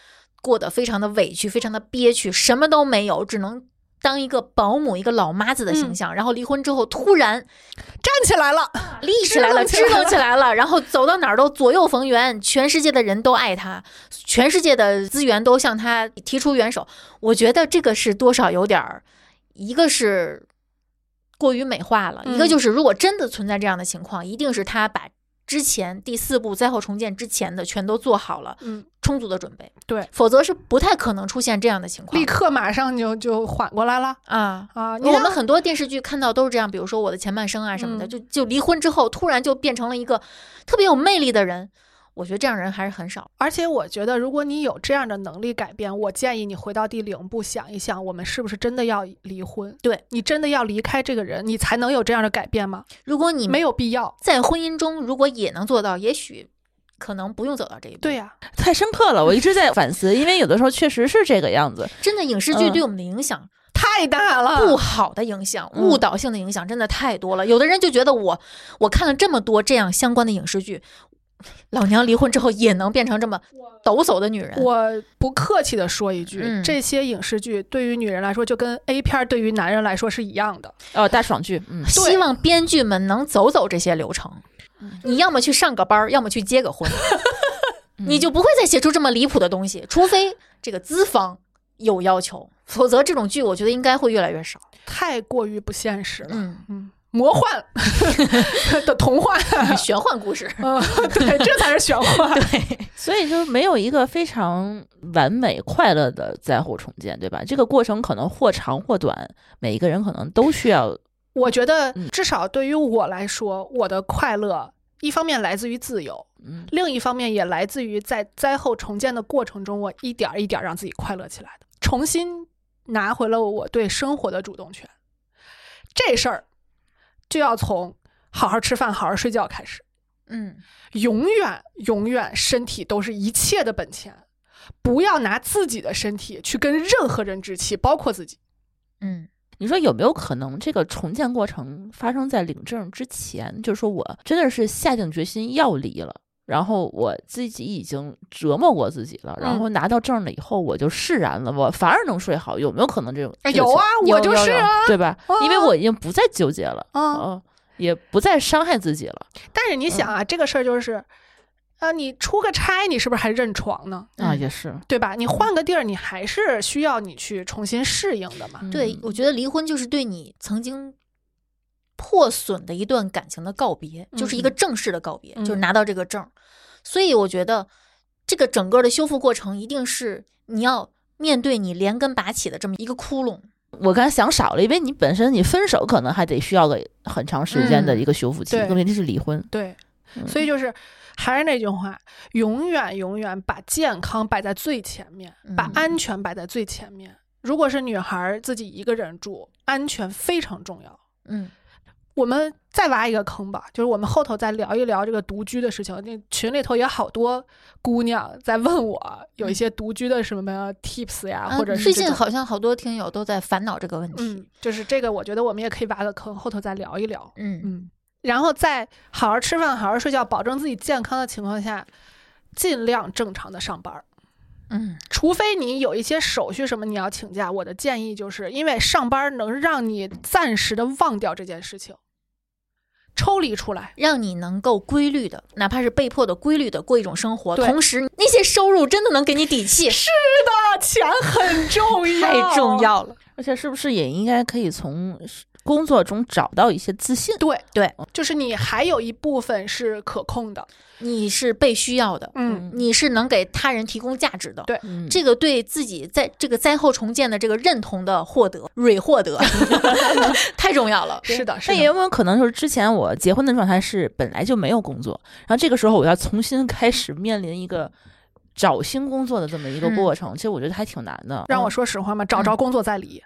过得非常的委屈，非常的憋屈，什么都没有，只能当一个保姆，一个老妈子的形象，然后离婚之后突然站起来了， 立起来了，支棱起来了，然后走到哪儿都左右逢源，全世界的人都爱他，全世界的资源都向他提出援手。我觉得这个是多少有点一个是过于美化了，一个就是如果真的存在这样的情况，一定是他把之前第4部灾后重建之前的全都做好了，充足的准备， 对， 否则是不太可能出现这样的情况， 立刻马上就缓过来了我们很多电视剧看到都是这样，比如说我的前半生啊什么的，就离婚之后突然就变成了一个特别有魅力的人。我觉得这样人还是很少， 而且我觉得如果你有这样的能力改变，我建议你回到第0部想一想，我们是不是真的要离婚？ 对， 你真的要离开这个人，你才能有这样的改变吗？ 如果你没有必要， 在婚姻中如果也能做到，也许可能不用走到这一步。 对呀， 太深刻了，我一直在反思，因为有的时候确实是这个样子。 真的影视剧对我们的影响太大了， 不好的影响，误导性的影响真的太多了。有的人就觉得我看了这么多这样相关的影视剧，老娘离婚之后也能变成这么抖擞的女人。 我不客气的说一句，这些影视剧对于女人来说就跟 A 片对于男人来说是一样的。 大爽剧。 希望编剧们能走这些流程。你要么去上个班，要么去结个婚，你就不会再写出这么离谱的东西，除非这个资方有要求，否则这种剧我觉得应该会越来越少， 太过于不现实了。魔幻的童话玄幻故事对，这才是玄幻对，所以就没有一个非常完美快乐的灾后重建，对吧？这个过程可能或长或短，每一个人可能都需要。 我觉得至少对于我来说，我的快乐一方面来自于自由，另一方面也来自于在灾后重建的过程中，我一点一点让自己快乐起来的，重新拿回了我对生活的主动权。这事儿就要从好好吃饭好好睡觉开始。永远身体都是一切的本钱，不要拿自己的身体去跟任何人置气，包括自己。 你说有没有可能这个重建过程发生在领证之前，就是说我真的是下定决心要离了，然后我自己已经折磨过自己了，然后拿到证了以后我就释然了，我反而能睡好，有没有可能这种？ 有啊，我就是啊， 对吧？因为我已经不再纠结了，也不再伤害自己了。 但是你想啊，这个事儿就是你出个差你是不是还认床呢？ 也是， 对吧？你换个地儿你还是需要你去重新适应的嘛。 对，我觉得离婚就是对你曾经破损的一段感情的告别，就是一个正式的告别，就是拿到这个证。所以我觉得这个整个的修复过程一定是你要面对你连根拔起的这么一个窟窿。 我刚才想少了，因为你本身你分手可能还得需要个很长时间的一个修复期，更别提是离婚。 对，所以就是还是那句话，永远把健康摆在最前面，把安全摆在最前面。如果是女孩自己一个人住，安全非常重要。我们再挖一个坑吧，就是我们后头再聊一聊这个独居的事情。那群里头也好多姑娘在问我有一些独居的什么 tips 呀，或者是最近好像好多听友都在烦恼这个问题。 就是这个我觉得我们也可以挖个坑，后头再聊一聊。然后在好好吃饭好好睡觉保证自己健康的情况下，尽量正常的上班。除非你有一些手续什么你要请假，我的建议就是因为上班能让你暂时的忘掉这件事情，抽离出来， 让你能够规律的，哪怕是被迫的规律的过一种生活，同时那些收入真的能给你底气。 是的，钱很重要， 太重要了。 而且是不是也应该可以从工作中找到一些自信？ 对，就是你还有一部分是可控的， 你是被需要的，你是能给他人提供价值的。 对， 这个对自己在这个灾后重建的这个认同的获得太重要了。 是的。 那也有没有可能就是之前我结婚的状态是本来就没有工作，然后这个时候我要重新开始面临一个找新工作的这么一个过程，其实我觉得还挺难的。 让我说实话嘛，找着工作再离。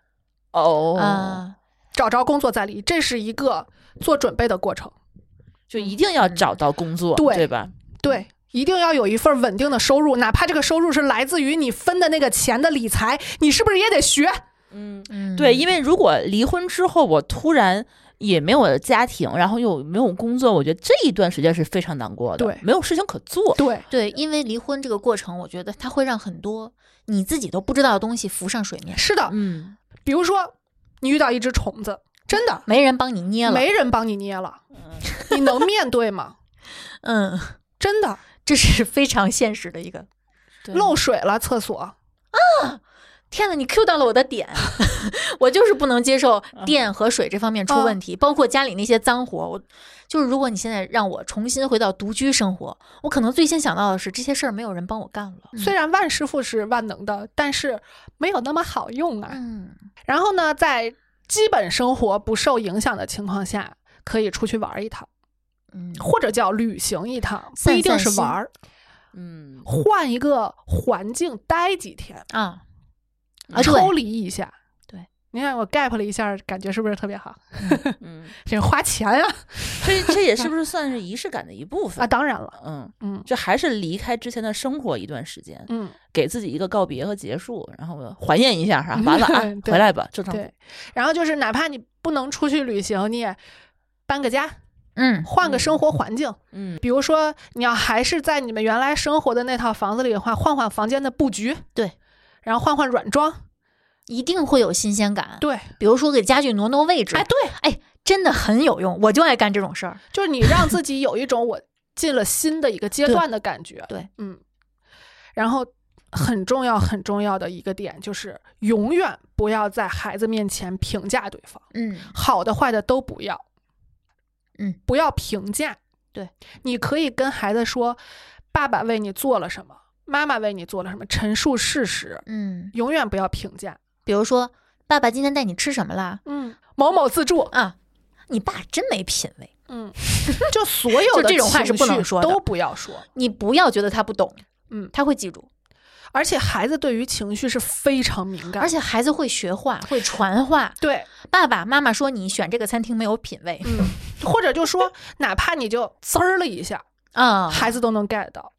找着工作再离，这是一个做准备的过程， 就一定要找到工作，对吧？ 对，一定要有一份稳定的收入，哪怕这个收入是来自于你分的那个钱的理财，你是不是也得学？ 对，因为如果离婚之后我突然也没有家庭，然后又没有工作，我觉得这一段时间是非常难过的， 对， 没有事情可做。 对，因为离婚这个过程，我觉得它会让很多你自己都不知道的东西浮上水面。 是的，比如说你遇到一只虫子，真的没人帮你捏了， 你能面对吗？真的， 这是非常现实的一个。 漏水了，厕所啊！ 天哪，你 Q 到了我的点，我就是不能接受电和水这方面出问题，包括家里那些脏活。我就是如果你现在让我重新回到独居生活，我可能最先想到的是这些事儿没有人帮我干了。 虽然万师傅是万能的，但是没有那么好用啊。然后呢，在基本生活不受影响的情况下，可以出去玩一趟，或者叫旅行一趟，不一定是玩，换一个环境待几天啊。 抽离一下， 对， 你看我 gap 了一下，感觉是不是特别好？这花钱呀， 这也是不是算是仪式感的一部分啊？当然了， 这还是离开之前的生活一段时间，给自己一个告别和结束，然后怀念一下哈，完了啊，回来吧，正常。 对，然后就是哪怕你不能出去旅行，你也搬个家。换个生活环境，比如说你要还是在你们原来生活的那套房子里的话，换换房间的布局， 对， 然后换换软装， 一定会有新鲜感。 对， 比如说给家具挪位置， 对， 真的很有用，我就爱干这种事儿， 就是你让自己有一种我进了新的一个阶段的感觉。 对， 然后很重要的一个点就是永远不要在孩子面前评价对方，好的坏的都不要。不要评价。 对， 你可以跟孩子说爸爸为你做了什么，妈妈为你做了什么，陈述事实。永远不要评价。 比如说爸爸今天带你吃什么啦？ 某某自助啊，你爸真没品位。 就所有的这种话是不能说的， 都不要说。 你不要觉得他不懂，他会记住。 而且孩子对于情绪是非常敏感， 而且孩子会学话，会传话。 对， 爸爸妈妈说你选这个餐厅没有品位， 或者就说哪怕你就滋儿了一下孩子都能 get 到。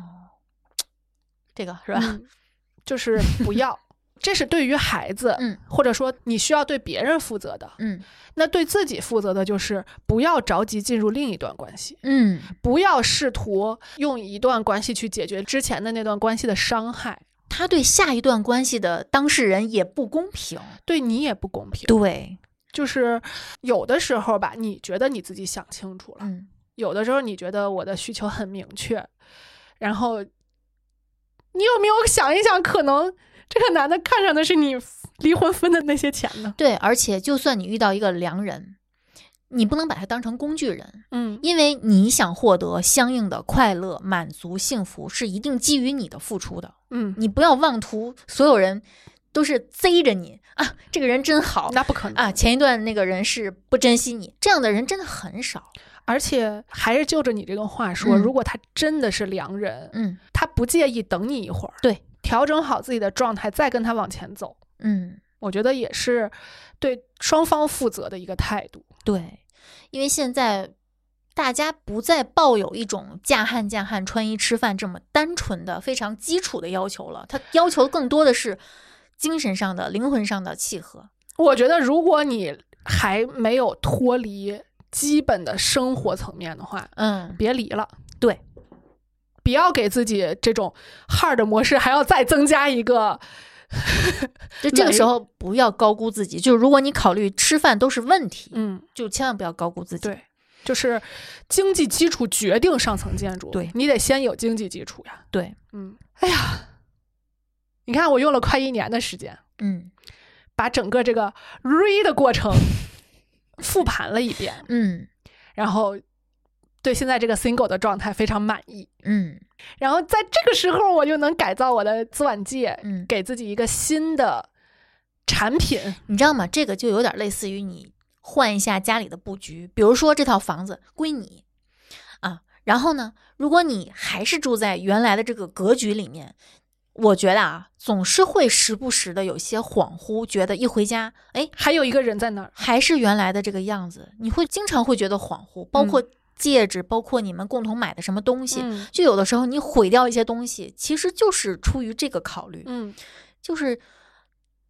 这个是吧？ 就是不要，这是对于孩子，或者说你需要对别人负责的。那对自己负责的就是不要着急进入另一段关系。不要试图用一段关系去解决之前的那段关系的伤害， 他对下一段关系的当事人也不公平， 对你也不公平。 对， 就是有的时候吧，你觉得你自己想清楚了，有的时候你觉得我的需求很明确，然后你有没有想一想，可能这个男的看上的是你离婚分的那些钱呢？ 对，而且就算你遇到一个良人，你不能把他当成工具人，因为你想获得相应的快乐、满足、幸福，是一定基于你的付出的。你不要妄图所有人都是贼着你啊，这个人真好， 那不可能啊！前一段那个人是不珍惜你，这样的人真的很少。 而且还是就着你这个话说，如果他真的是良人，他不介意等你一会儿， 对， 调整好自己的状态，再跟他往前走。我觉得也是对双方负责的一个态度。 对，因为现在大家不再抱有一种嫁汉穿衣吃饭这么单纯的非常基础的要求了，他要求更多的是精神上的灵魂上的契合。 我觉得如果你还没有脱离基本的生活层面的话，别离了。 对， 不要给自己这种 hard 模式还要再增加一个就这个时候不要高估自己，就如果你考虑吃饭都是问题，就千万不要高估自己。 对，就是经济基础决定上层建筑， 对， 你得先有经济基础呀。 对， 哎呀，你看我用了快1年的时间，把整个这个 re 的过程复盘了一遍，然后对现在这个 single 的状态非常满意，然后在这个时候我就能改造我的资管界，给自己一个新的产品。 你知道吗？这个就有点类似于你换一下家里的布局，比如说这套房子归你啊，然后呢，如果你还是住在原来的这个格局里面，我觉得啊，总是会时不时的有些恍惚，觉得一回家，哎， 还有一个人在那儿， 还是原来的这个样子，你会经常会觉得恍惚，包括戒指，包括你们共同买的什么东西，就有的时候你毁掉一些东西，其实就是出于这个考虑，就是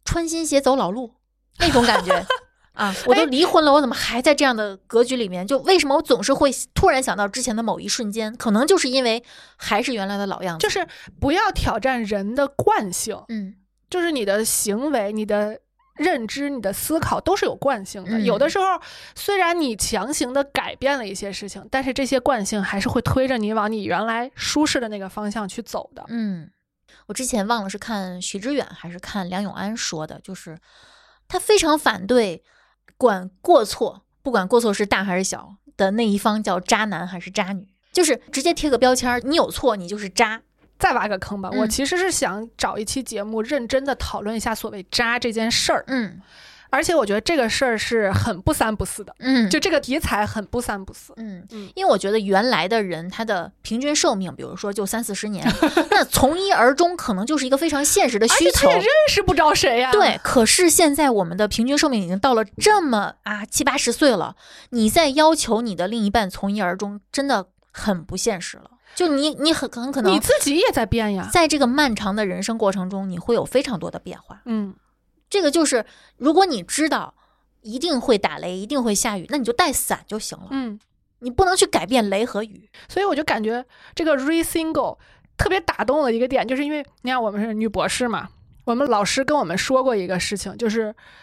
穿新鞋走老路那种感觉啊！我都离婚了，我怎么还在这样的格局里面？就为什么我总是会突然想到之前的某一瞬间？可能就是因为还是原来的老样子。 就是不要挑战人的惯性，就是你的行为、你的认知、你的思考都是有惯性的。有的时候虽然你强行的改变了一些事情，但是这些惯性还是会推着你往你原来舒适的那个方向去走的。 我之前忘了是看徐志远还是看梁永安说的，就是他非常反对管过错，不管过错是大还是小的那一方叫渣男还是渣女，就是直接贴个标签，你有错你就是渣。 再挖个坑吧，我其实是想找一期节目认真的讨论一下所谓渣这件事儿。而且我觉得这个事儿是很不三不四的，就这个题材很不三不四。 因为我觉得原来的人他的平均寿命，比如说就30-40年，那从一而终可能就是一个非常现实的需求。 而且他也认识不着谁呀。 对，可是现在我们的平均寿命已经到了这么70-80岁了，你再要求你的另一半从一而终，真的很不现实了。就你很可能你自己也在变呀， 在这个漫长的人生过程中，你会有非常多的变化。这个就是如果你知道一定会打雷，一定会下雨，那你就带伞就行了。你不能去改变雷和雨。 所以我就感觉这个 Re-Single 特别打动了一个点，就是因为你看我们是女博士嘛，我们老师跟我们说过一个事情，就是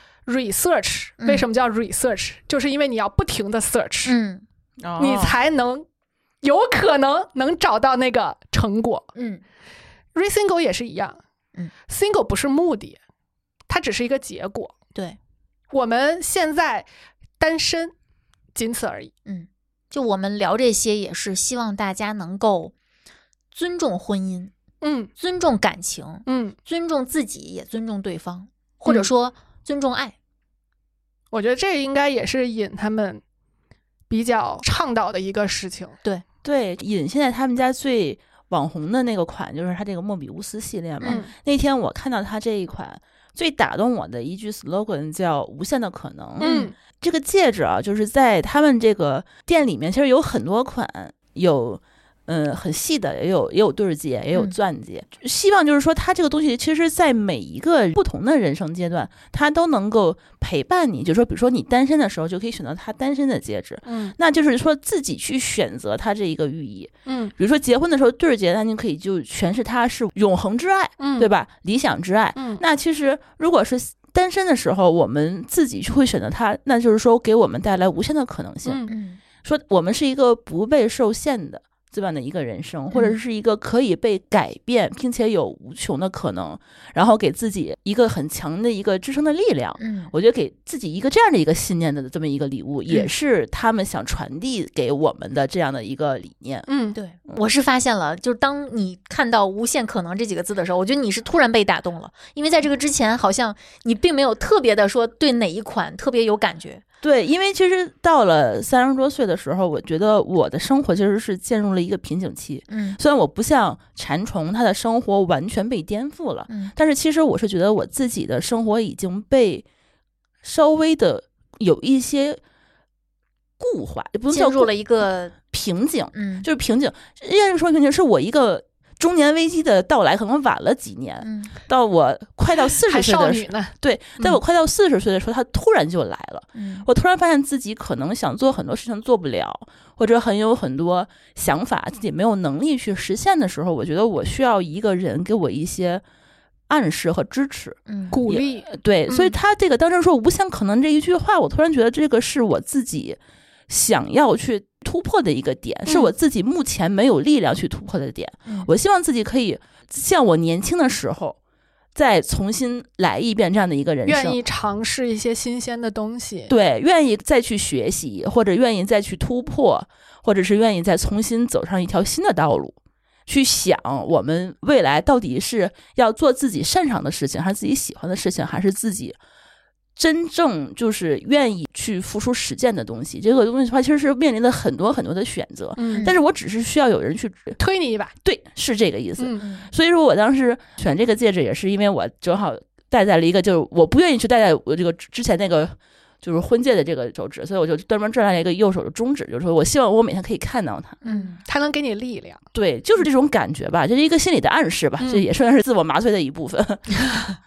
research 为什么叫 research，就是因为你要不停的 search，你才能有可能能找到那个成果。Re-Single 也是一样，Single 不是目的，它只是一个结果。 对， 我们现在单身仅此而已。 就我们聊这些也是希望大家能够尊重婚姻，尊重感情，尊重自己，也尊重对方，或者说尊重爱。 我觉得这应该也是尹他们比较倡导的一个事情。 对，尹现在他们家最网红的那个款就是他这个莫比乌斯系列嘛。那天我看到他这一款最打动我的一句 slogan 叫无限的可能。这个戒指啊，就是在他们这个店里面其实有很多款，有很细的，也有对戒，也有钻戒。希望就是说它这个东西其实在每一个不同的人生阶段它都能够陪伴你，就是说比如说你单身的时候就可以选择它单身的戒指，那就是说自己去选择它这一个寓意。比如说结婚的时候对戒，那你可以就诠释它是永恒之爱，对吧？理想之爱。那其实如果是单身的时候我们自己会选择它，那就是说给我们带来无限的可能性。说我们是一个不被受限的这样的一个人生，或者是一个可以被改变并且有无穷的可能，然后给自己一个很强的一个支撑的力量。我觉得给自己一个这样的一个信念的这么一个礼物，也是他们想传递给我们的这样的一个理念。 对，我是发现了，就是当你看到无限可能这几个字的时候，我觉得你是突然被打动了，因为在这个之前好像你并没有特别的说对哪一款特别有感觉。 对，因为其实到了30多岁的时候，我觉得我的生活其实是进入了一个瓶颈期。虽然我不像馋虫他的生活完全被颠覆了，但是其实我是觉得我自己的生活已经被稍微的有一些固化，也不能叫进入了一个瓶颈。就是瓶颈，应该说瓶颈是我一个中年危机的到来可能晚了几年，到我快到40岁的时候，对，在我快到40岁的时候，它突然就来了。我突然发现自己可能想做很多事情做不了，或者有很多想法自己没有能力去实现的时候，我觉得我需要一个人给我一些暗示和支持， 鼓励。 对，所以他这个当时说无限可能这一句话，我突然觉得这个是我自己想要去突破的一个点，是我自己目前没有力量去突破的点。我希望自己可以像我年轻的时候再重新来一遍这样的一个人生， 愿意尝试一些新鲜的东西， 对，愿意再去学习，或者愿意再去突破，或者是愿意再重新走上一条新的道路，去想我们未来到底是要做自己擅长的事情，还是自己喜欢的事情，还是自己真正就是愿意去付出实践的东西。这个东西的话其实是面临的很多很多的选择，但是我只是需要有人去推你一把。 对，是这个意思。所以说我当时选这个戒指也是因为我正好戴在了一个就是我不愿意去戴在我这个之前那个就是婚戒的这个手指，所以我就专门转来一个右手的中指，就是说我希望我每天可以看到它， 它能给你力量。 对，就是这种感觉吧，就是一个心理的暗示吧，这也算是自我麻醉的一部分。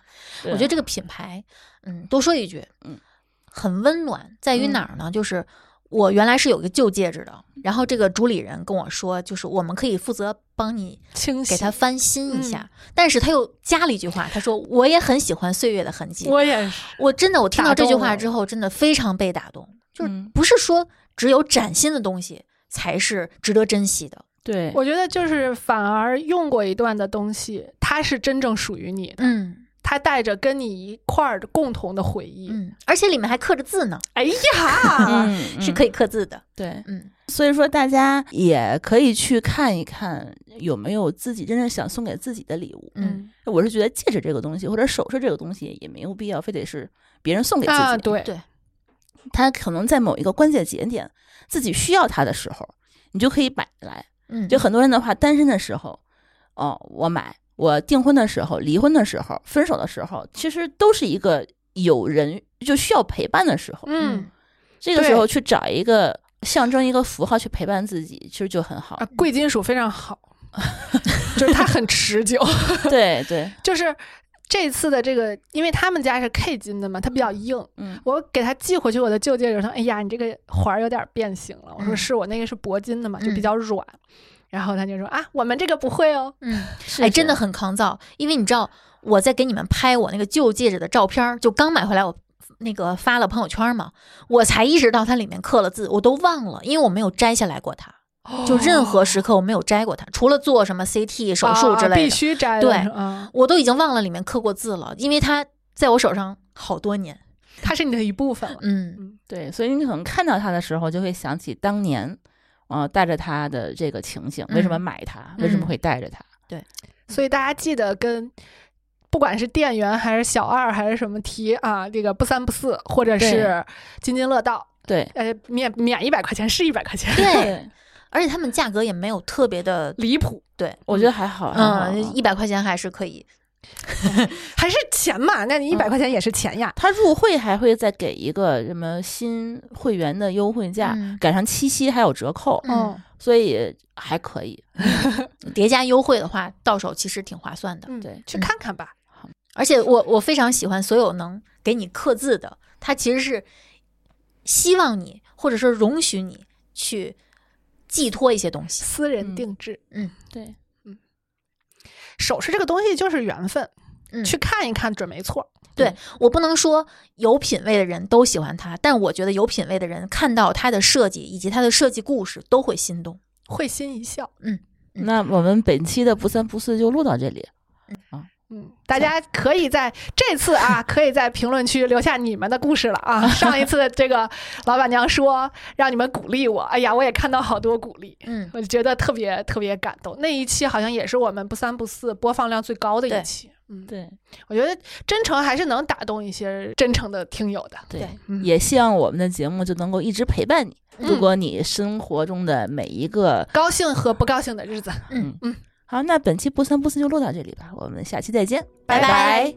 我觉得这个品牌，多说一句，很温暖，在于哪儿呢？就是我原来是有个旧戒指的，然后这个主理人跟我说，就是我们可以负责帮你给他翻新一下，但是他又加了一句话，他说我也很喜欢岁月的痕迹。 我也是， 我真的我听到这句话之后，真的非常被打动，就是不是说只有崭新的东西才是值得珍惜的。 对， 我觉得就是反而用过一段的东西，它是真正属于你的。它带着跟你一块儿的共同的回忆， 而且里面还刻着字呢。 哎呀， 是可以刻字的。 对，所以说大家也可以去看一看有没有自己真正想送给自己的礼物。我是觉得戒指这个东西或者首饰这个东西也没有必要非得是别人送给自己。 对， 他可能在某一个关键节点，自己需要它的时候，你就可以买来。就很多人的话，单身的时候，我买。我订婚的时候、离婚的时候、分手的时候，其实都是一个有人就需要陪伴的时候。这个时候去找一个象征一个符号去陪伴自己，其实就很好。 贵金属非常好，就是它很持久。 对， 就是这次的这个，因为他们家是 K 金的嘛，它比较硬。我给他寄回去我的旧戒指，说：“哎呀，你这个环有点变形了。”我说：“是我那个是铂金的嘛，就比较软。”然后他就说我们这个不会哦。 真的很抗造，因为你知道我在给你们拍我那个旧戒指的照片，就刚买回来，我那个发了朋友圈嘛，我才意识到它里面刻了字，我都忘了，因为我没有摘下来过它，就任何时刻我没有摘过它，除了做什么 CT 手术之类的， 必须摘。 对，我都已经忘了里面刻过字了，因为它在我手上好多年， 它是你的一部分了。 对，所以你可能看到它的时候，就会想起当年。带着他的这个情形，为什么买它？为什么会带着它？ 对， 所以大家记得跟不管是店员还是小二还是什么提这个不三不四，或者是津津乐道。 对， 免100块钱是100块钱。 对，而且他们价格也没有特别的离谱。 对， 我觉得还好。 100块钱还是可以。 还是钱嘛，那你100块钱也是钱呀。 他入会还会再给一个什么新会员的优惠价，赶上7夕还有折扣，所以还可以。 叠加优惠的话，到手其实挺划算的。 对， 去看看吧。 而且我非常喜欢所有能给你刻字的，它其实是希望你或者说容许你去寄托一些东西， 私人定制。 对。 首饰这个东西就是缘分，去看一看准没错。 对，我不能说有品位的人都喜欢它，但我觉得有品位的人看到它的设计以及它的设计故事都会心动， 会心一笑。 那我们本期的不三不四就录到这里。 大家可以在这次可以在评论区留下你们的故事了啊！上一次这个老板娘说让你们鼓励我，哎呀，我也看到好多鼓励，我就觉得特别特别感动。那一期好像也是我们不三不四播放量最高的一期。 对， 我觉得真诚还是能打动一些真诚的听友的。 对，也希望我们的节目就能够一直陪伴你，度过你生活中的每一个高兴和不高兴的日子。 好，那本期不三不四就录到这里吧，我们下期再见， 拜拜。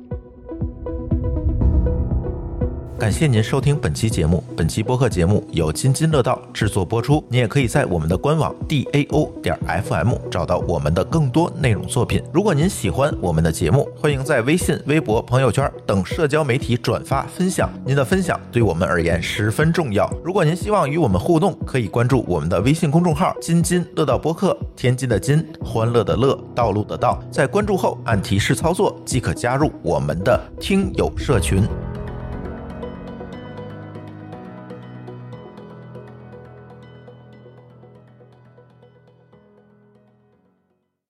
感谢您收听本期节目，本期播客节目由津津乐道制作播出。你也可以在我们的官网 DAO.FM 找到我们的更多内容作品。如果您喜欢我们的节目，欢迎在微信、微博、朋友圈等社交媒体转发分享，您的分享对我们而言十分重要。如果您希望与我们互动，可以关注我们的微信公众号津津乐道播客，天津的津，欢乐的乐，道路的道，在关注后按提示操作即可加入我们的听友社群。